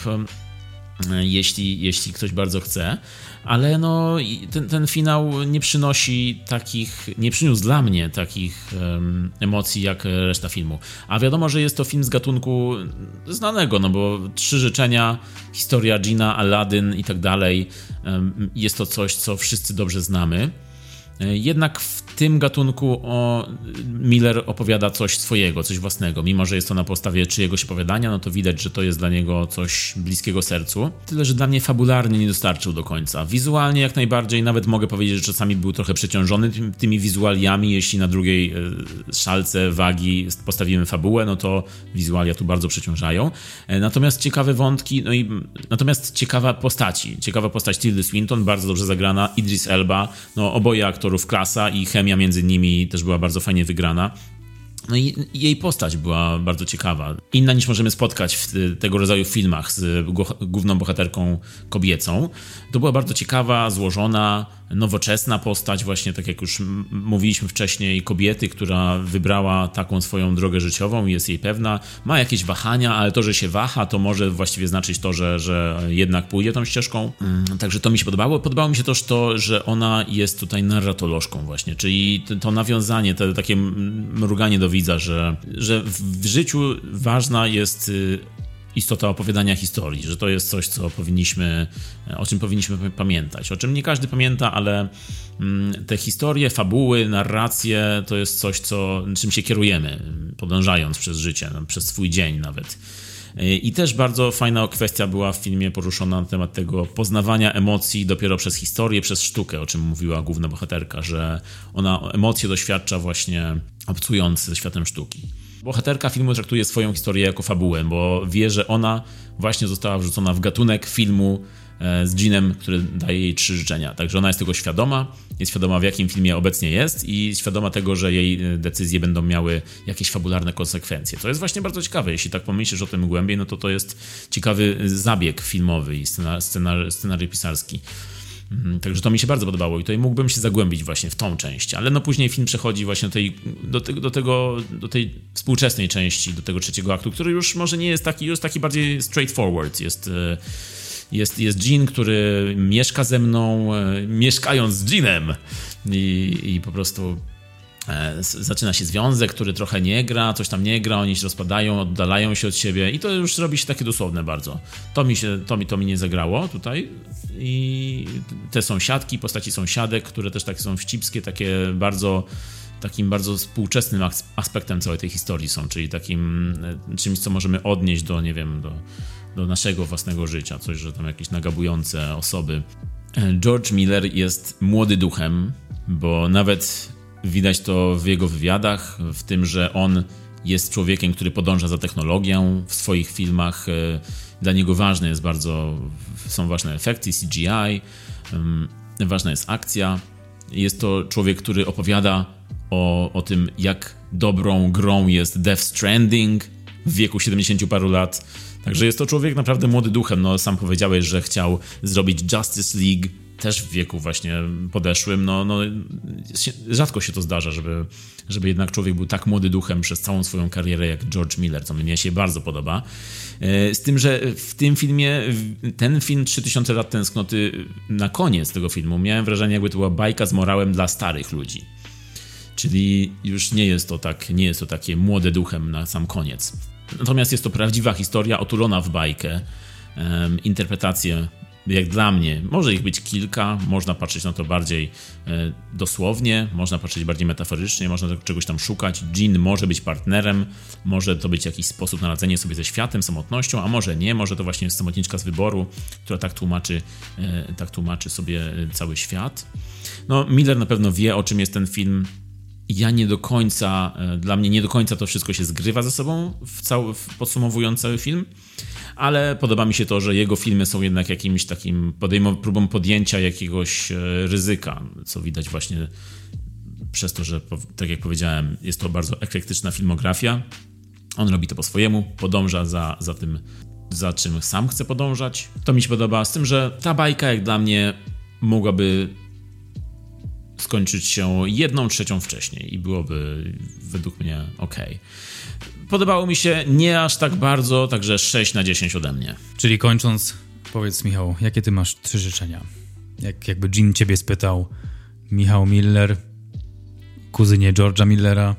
jeśli, jeśli ktoś bardzo chce, ale no ten, ten finał nie przynosi takich, nie przyniósł dla mnie takich um, emocji jak reszta filmu. A wiadomo, że jest to film z gatunku znanego, no bo Trzy życzenia, historia Gina, Aladdin i tak dalej, um, jest to coś, co wszyscy dobrze znamy. Jednak w tym gatunku o, Miller opowiada coś swojego, coś własnego. Mimo że jest to na podstawie czyjegoś opowiadania, no to widać, że to jest dla niego coś bliskiego sercu. Tyle, że dla mnie fabularnie nie dostarczył do końca. Wizualnie jak najbardziej, nawet mogę powiedzieć, że czasami był trochę przeciążony tymi, tymi wizualiami. Jeśli na drugiej e, szalce wagi postawimy fabułę, no to wizualia tu bardzo przeciążają. E, natomiast ciekawe wątki, no i natomiast ciekawa postaci. Ciekawa postać Tildy Swinton, bardzo dobrze zagrana. Idris Elba, no oboje aktorów klasa i chemia między nimi też była bardzo fajnie wygrana. No i jej postać była bardzo ciekawa. Inna niż możemy spotkać w tego rodzaju filmach z główną bohaterką kobiecą. To była bardzo ciekawa, złożona, nowoczesna postać, właśnie tak jak już mówiliśmy wcześniej, kobiety, która wybrała taką swoją drogę życiową i jest jej pewna. Ma jakieś wahania, ale to, że się waha, to może właściwie znaczyć to, że, że jednak pójdzie tą ścieżką. Także to mi się podobało. Podobało mi się też to, że ona jest tutaj narratolożką właśnie, czyli to nawiązanie, to takie mruganie do widza, że, że w życiu ważna jest istota opowiadania historii, że to jest coś, co powinniśmy, o czym powinniśmy pamiętać, o czym nie każdy pamięta, ale te historie, fabuły, narracje to jest coś, co, czym się kierujemy, podążając przez życie, przez swój dzień nawet. I też bardzo fajna kwestia była w filmie poruszona na temat tego poznawania emocji dopiero przez historię, przez sztukę, o czym mówiła główna bohaterka, że ona emocje doświadcza właśnie obcując ze światem sztuki. Bohaterka filmu traktuje swoją historię jako fabułę, bo wie, że ona właśnie została wrzucona w gatunek filmu z dżinem, który daje jej trzy życzenia. Także ona jest tego świadoma, jest świadoma, w jakim filmie obecnie jest i świadoma tego, że jej decyzje będą miały jakieś fabularne konsekwencje. To jest właśnie bardzo ciekawe. Jeśli tak pomyślisz o tym głębiej, no to to jest ciekawy zabieg filmowy i scenar- scenar- scenariupisarski. Także to mi się bardzo podobało i tutaj mógłbym się zagłębić właśnie w tą część, ale no później film przechodzi właśnie do tej, do, te, do, tego, do tej współczesnej części, do tego trzeciego aktu, który już może nie jest taki, już taki bardziej straightforward. Jest, jest, jest Jean, który mieszka ze mną, mieszkając z Jeanem i, i po prostu zaczyna się związek, który trochę nie gra, coś tam nie gra, oni się rozpadają, oddalają się od siebie i to już robi się takie dosłowne bardzo. To mi się, to mi, to mi nie zagrało tutaj i te sąsiadki, postaci sąsiadek, które też takie są wścibskie, takie bardzo, takim bardzo współczesnym aspektem całej tej historii są, czyli takim czymś, co możemy odnieść do, nie wiem, do, do naszego własnego życia, coś, że tam jakieś nagabujące osoby. George Miller jest młody duchem, bo nawet widać to w jego wywiadach, w tym, że on jest człowiekiem, który podąża za technologią w swoich filmach. Dla niego ważne jest bardzo, są ważne efekty C G I, ważna jest akcja. Jest to człowiek, który opowiada o, o tym, jak dobrą grą jest Death Stranding w wieku siedemdziesięciu paru lat. Także jest to człowiek naprawdę młody duchem. No, sam powiedziałeś, że chciał zrobić Justice League też w wieku właśnie podeszłym. No, no, rzadko się to zdarza, żeby, żeby jednak człowiek był tak młody duchem przez całą swoją karierę jak George Miller, co mnie się bardzo podoba. Z tym, że w tym filmie, ten film trzy tysiące lat tęsknoty, na koniec tego filmu miałem wrażenie, jakby to była bajka z morałem dla starych ludzi. Czyli już nie jest to tak, nie jest to takie młode duchem na sam koniec. Natomiast jest to prawdziwa historia otulona w bajkę. Um, interpretacje, jak dla mnie, może ich być kilka, można patrzeć na to bardziej e, dosłownie, można patrzeć bardziej metaforycznie, można czegoś tam szukać. Jean może być partnerem, może to być jakiś sposób na radzenie sobie ze światem, samotnością, a może nie, może to właśnie jest samotniczka z wyboru, która tak tłumaczy, e, tak tłumaczy sobie cały świat. No, Miller na pewno wie, o czym jest ten film. Ja nie do końca, dla mnie nie do końca to wszystko się zgrywa ze sobą, w cały, w podsumowując cały film, ale podoba mi się to, że jego filmy są jednak jakimś takim podejmą, próbą podjęcia jakiegoś ryzyka, co widać właśnie przez to, że tak jak powiedziałem, jest to bardzo eklektyczna filmografia. On robi to po swojemu, podąża za, za tym, za czym sam chce podążać. To mi się podoba, z tym, że ta bajka jak dla mnie mogłaby skończyć się jedną trzecią wcześniej i byłoby według mnie okej. Podobało mi się nie aż tak bardzo, także sześć na dziesięć ode mnie. Czyli kończąc, powiedz Michał, jakie ty masz trzy życzenia? Jak, jakby Jean ciebie spytał, Michał Miller, kuzynie George'a Millera,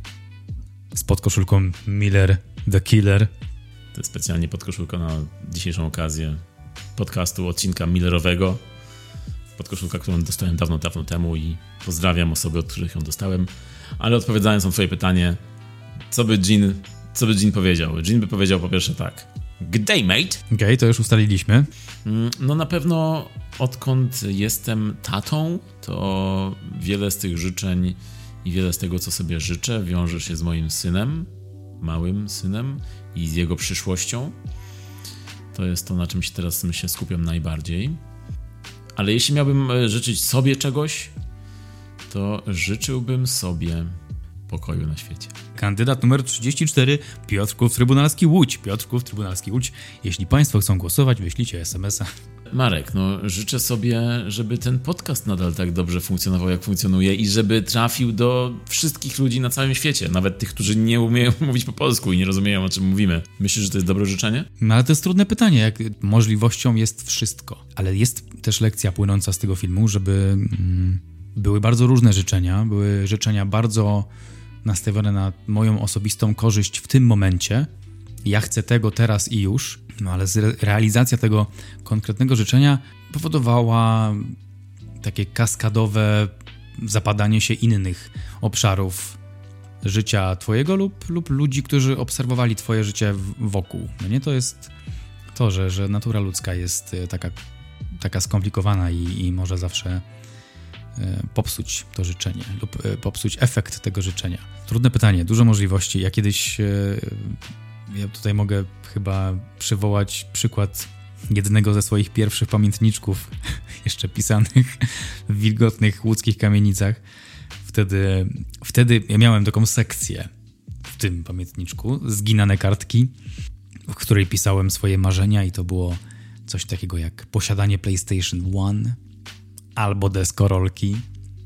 z podkoszulką Miller the Killer. To jest specjalnie podkoszulka na dzisiejszą okazję podcastu, odcinka Millerowego. Podkoszulka, którą dostałem dawno, dawno temu i pozdrawiam osoby, od których ją dostałem. Ale odpowiadając na twoje pytanie, co by Jean, co by Jean powiedział? Jean by powiedział po pierwsze tak: good day, mate. Okej, okay, to już ustaliliśmy. No na pewno odkąd jestem tatą, to wiele z tych życzeń i wiele z tego, co sobie życzę, wiąże się z moim synem, małym synem i z jego przyszłością. To jest to, na czym się teraz myślę skupiam najbardziej. Ale jeśli miałbym życzyć sobie czegoś, to życzyłbym sobie pokoju na świecie. Kandydat numer trzydzieści cztery, Piotrków Trybunalski Łódź. Piotrków Trybunalski Łódź. Jeśli państwo chcą głosować, wyślijcie es em es a. Marek, no życzę sobie, żeby ten podcast nadal tak dobrze funkcjonował, jak funkcjonuje i żeby trafił do wszystkich ludzi na całym świecie, nawet tych, którzy nie umieją mówić po polsku i nie rozumieją, o czym mówimy. Myślisz, że to jest dobre życzenie? No ale to jest trudne pytanie, jak możliwością jest wszystko. Ale jest też lekcja płynąca z tego filmu, żeby mm, były bardzo różne życzenia, były życzenia bardzo nastawione na moją osobistą korzyść w tym momencie. Ja chcę tego teraz i już, no ale realizacja tego konkretnego życzenia powodowała takie kaskadowe zapadanie się innych obszarów życia twojego lub, lub ludzi, którzy obserwowali twoje życie wokół. No nie, to jest to, że, że natura ludzka jest taka, taka skomplikowana i, i może zawsze popsuć to życzenie lub popsuć efekt tego życzenia. Trudne pytanie, dużo możliwości. Ja kiedyś, ja tutaj mogę chyba przywołać przykład jednego ze swoich pierwszych pamiętniczków, jeszcze pisanych w wilgotnych łódzkich kamienicach. Wtedy, wtedy ja miałem taką sekcję w tym pamiętniczku, zginane kartki, w której pisałem swoje marzenia i to było coś takiego jak posiadanie PlayStation jeden, albo deskorolki,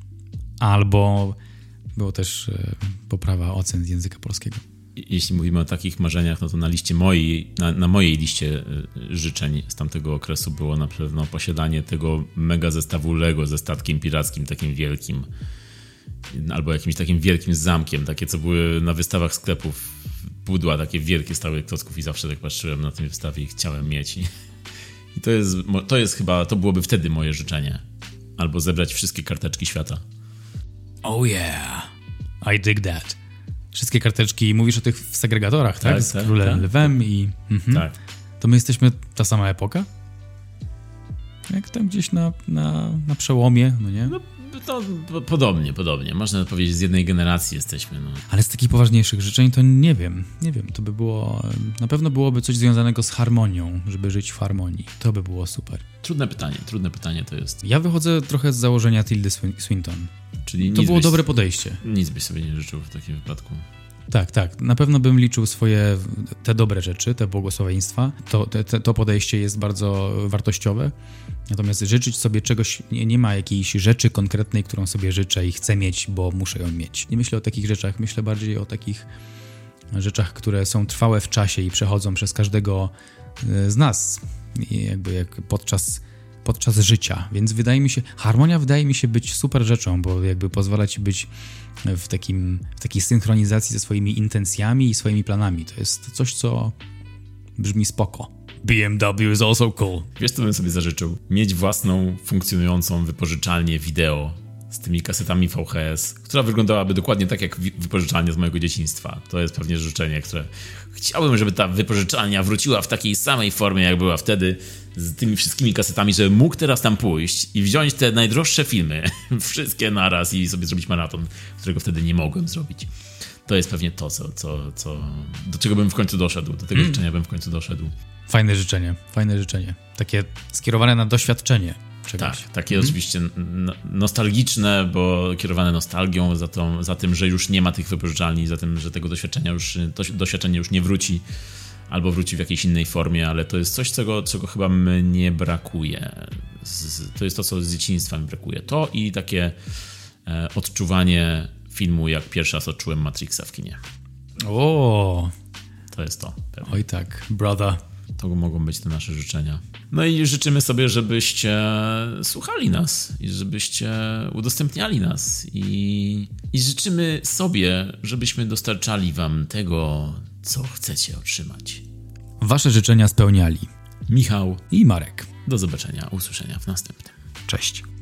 albo było też e, poprawa ocen z języka polskiego. Jeśli mówimy o takich marzeniach, no to na liście mojej, na, na mojej liście życzeń z tamtego okresu było na pewno posiadanie tego mega zestawu Lego ze statkiem pirackim, takim wielkim, albo jakimś takim wielkim zamkiem, takie co były na wystawach sklepów, pudła, takie wielkie stały klocków i zawsze tak patrzyłem na tej wystawie i chciałem mieć. I, i to jest, to jest chyba, to byłoby wtedy moje życzenie. Albo zebrać wszystkie karteczki świata. Oh yeah, I dig that. Wszystkie karteczki, mówisz o tych w segregatorach, tak? tak Z tak, Królem tak. Lwem i... Mhm. Tak. To my jesteśmy ta sama epoka? Jak tam gdzieś na, na, na przełomie, no nie? No, to podobnie, podobnie. Można powiedzieć, z jednej generacji jesteśmy. No. Ale z takich poważniejszych życzeń to nie wiem. Nie wiem, to by było... Na pewno byłoby coś związanego z harmonią, żeby żyć w harmonii. To by było super. Trudne pytanie, trudne pytanie to jest. Ja wychodzę trochę z założenia Tildy Swinton. Czyli to było byś, dobre podejście. Nic byś sobie nie życzył w takim wypadku. Tak, tak. Na pewno bym liczył swoje te dobre rzeczy, te błogosławieństwa. To, te, to podejście jest bardzo wartościowe. Natomiast życzyć sobie czegoś, nie, nie ma jakiejś rzeczy konkretnej, którą sobie życzę i chcę mieć, bo muszę ją mieć. Nie myślę o takich rzeczach, myślę bardziej o takich rzeczach, które są trwałe w czasie i przechodzą przez każdego z nas. I jakby jak podczas, podczas życia. Więc wydaje mi się, harmonia wydaje mi się być super rzeczą, bo jakby pozwala ci być w, takim, w takiej synchronizacji ze swoimi intencjami i swoimi planami. To jest coś, co brzmi spoko. B M W is also cool. Wiesz, co bym sobie zażyczył? Mieć własną, funkcjonującą wypożyczalnię wideo z tymi kasetami V H S, która wyglądałaby dokładnie tak jak wypożyczalnia z mojego dzieciństwa. To jest pewnie życzenie, które chciałbym, żeby ta wypożyczalnia wróciła w takiej samej formie, jak była wtedy, z tymi wszystkimi kasetami, żebym mógł teraz tam pójść i wziąć te najdroższe filmy, wszystkie naraz i sobie zrobić maraton, którego wtedy nie mogłem zrobić. To jest pewnie to, co, co, co, do czego bym w końcu doszedł, do tego mm. życzenia bym w końcu doszedł. Fajne życzenie, fajne życzenie. Takie skierowane na doświadczenie czegoś. Tak, takie mm. oczywiście no, nostalgiczne, bo kierowane nostalgią za, tą, za tym, że już nie ma tych wypożyczalni, za tym, że tego doświadczenia już, to doświadczenie już nie wróci, albo wróci w jakiejś innej formie, ale to jest coś, czego, czego chyba mnie brakuje. Z, to jest to, co z dzieciństwa mi brakuje. To i takie e, odczuwanie filmu, jak pierwszy raz odczułem Matrixa w kinie. O, to jest to. Pewnie. Oj tak, brother. To mogą być te nasze życzenia. No i życzymy sobie, żebyście słuchali nas i żebyście udostępniali nas i, i życzymy sobie, żebyśmy dostarczali wam tego, co chcecie otrzymać. Wasze życzenia spełniali Michał i Marek. Do zobaczenia, usłyszenia w następnym. Cześć.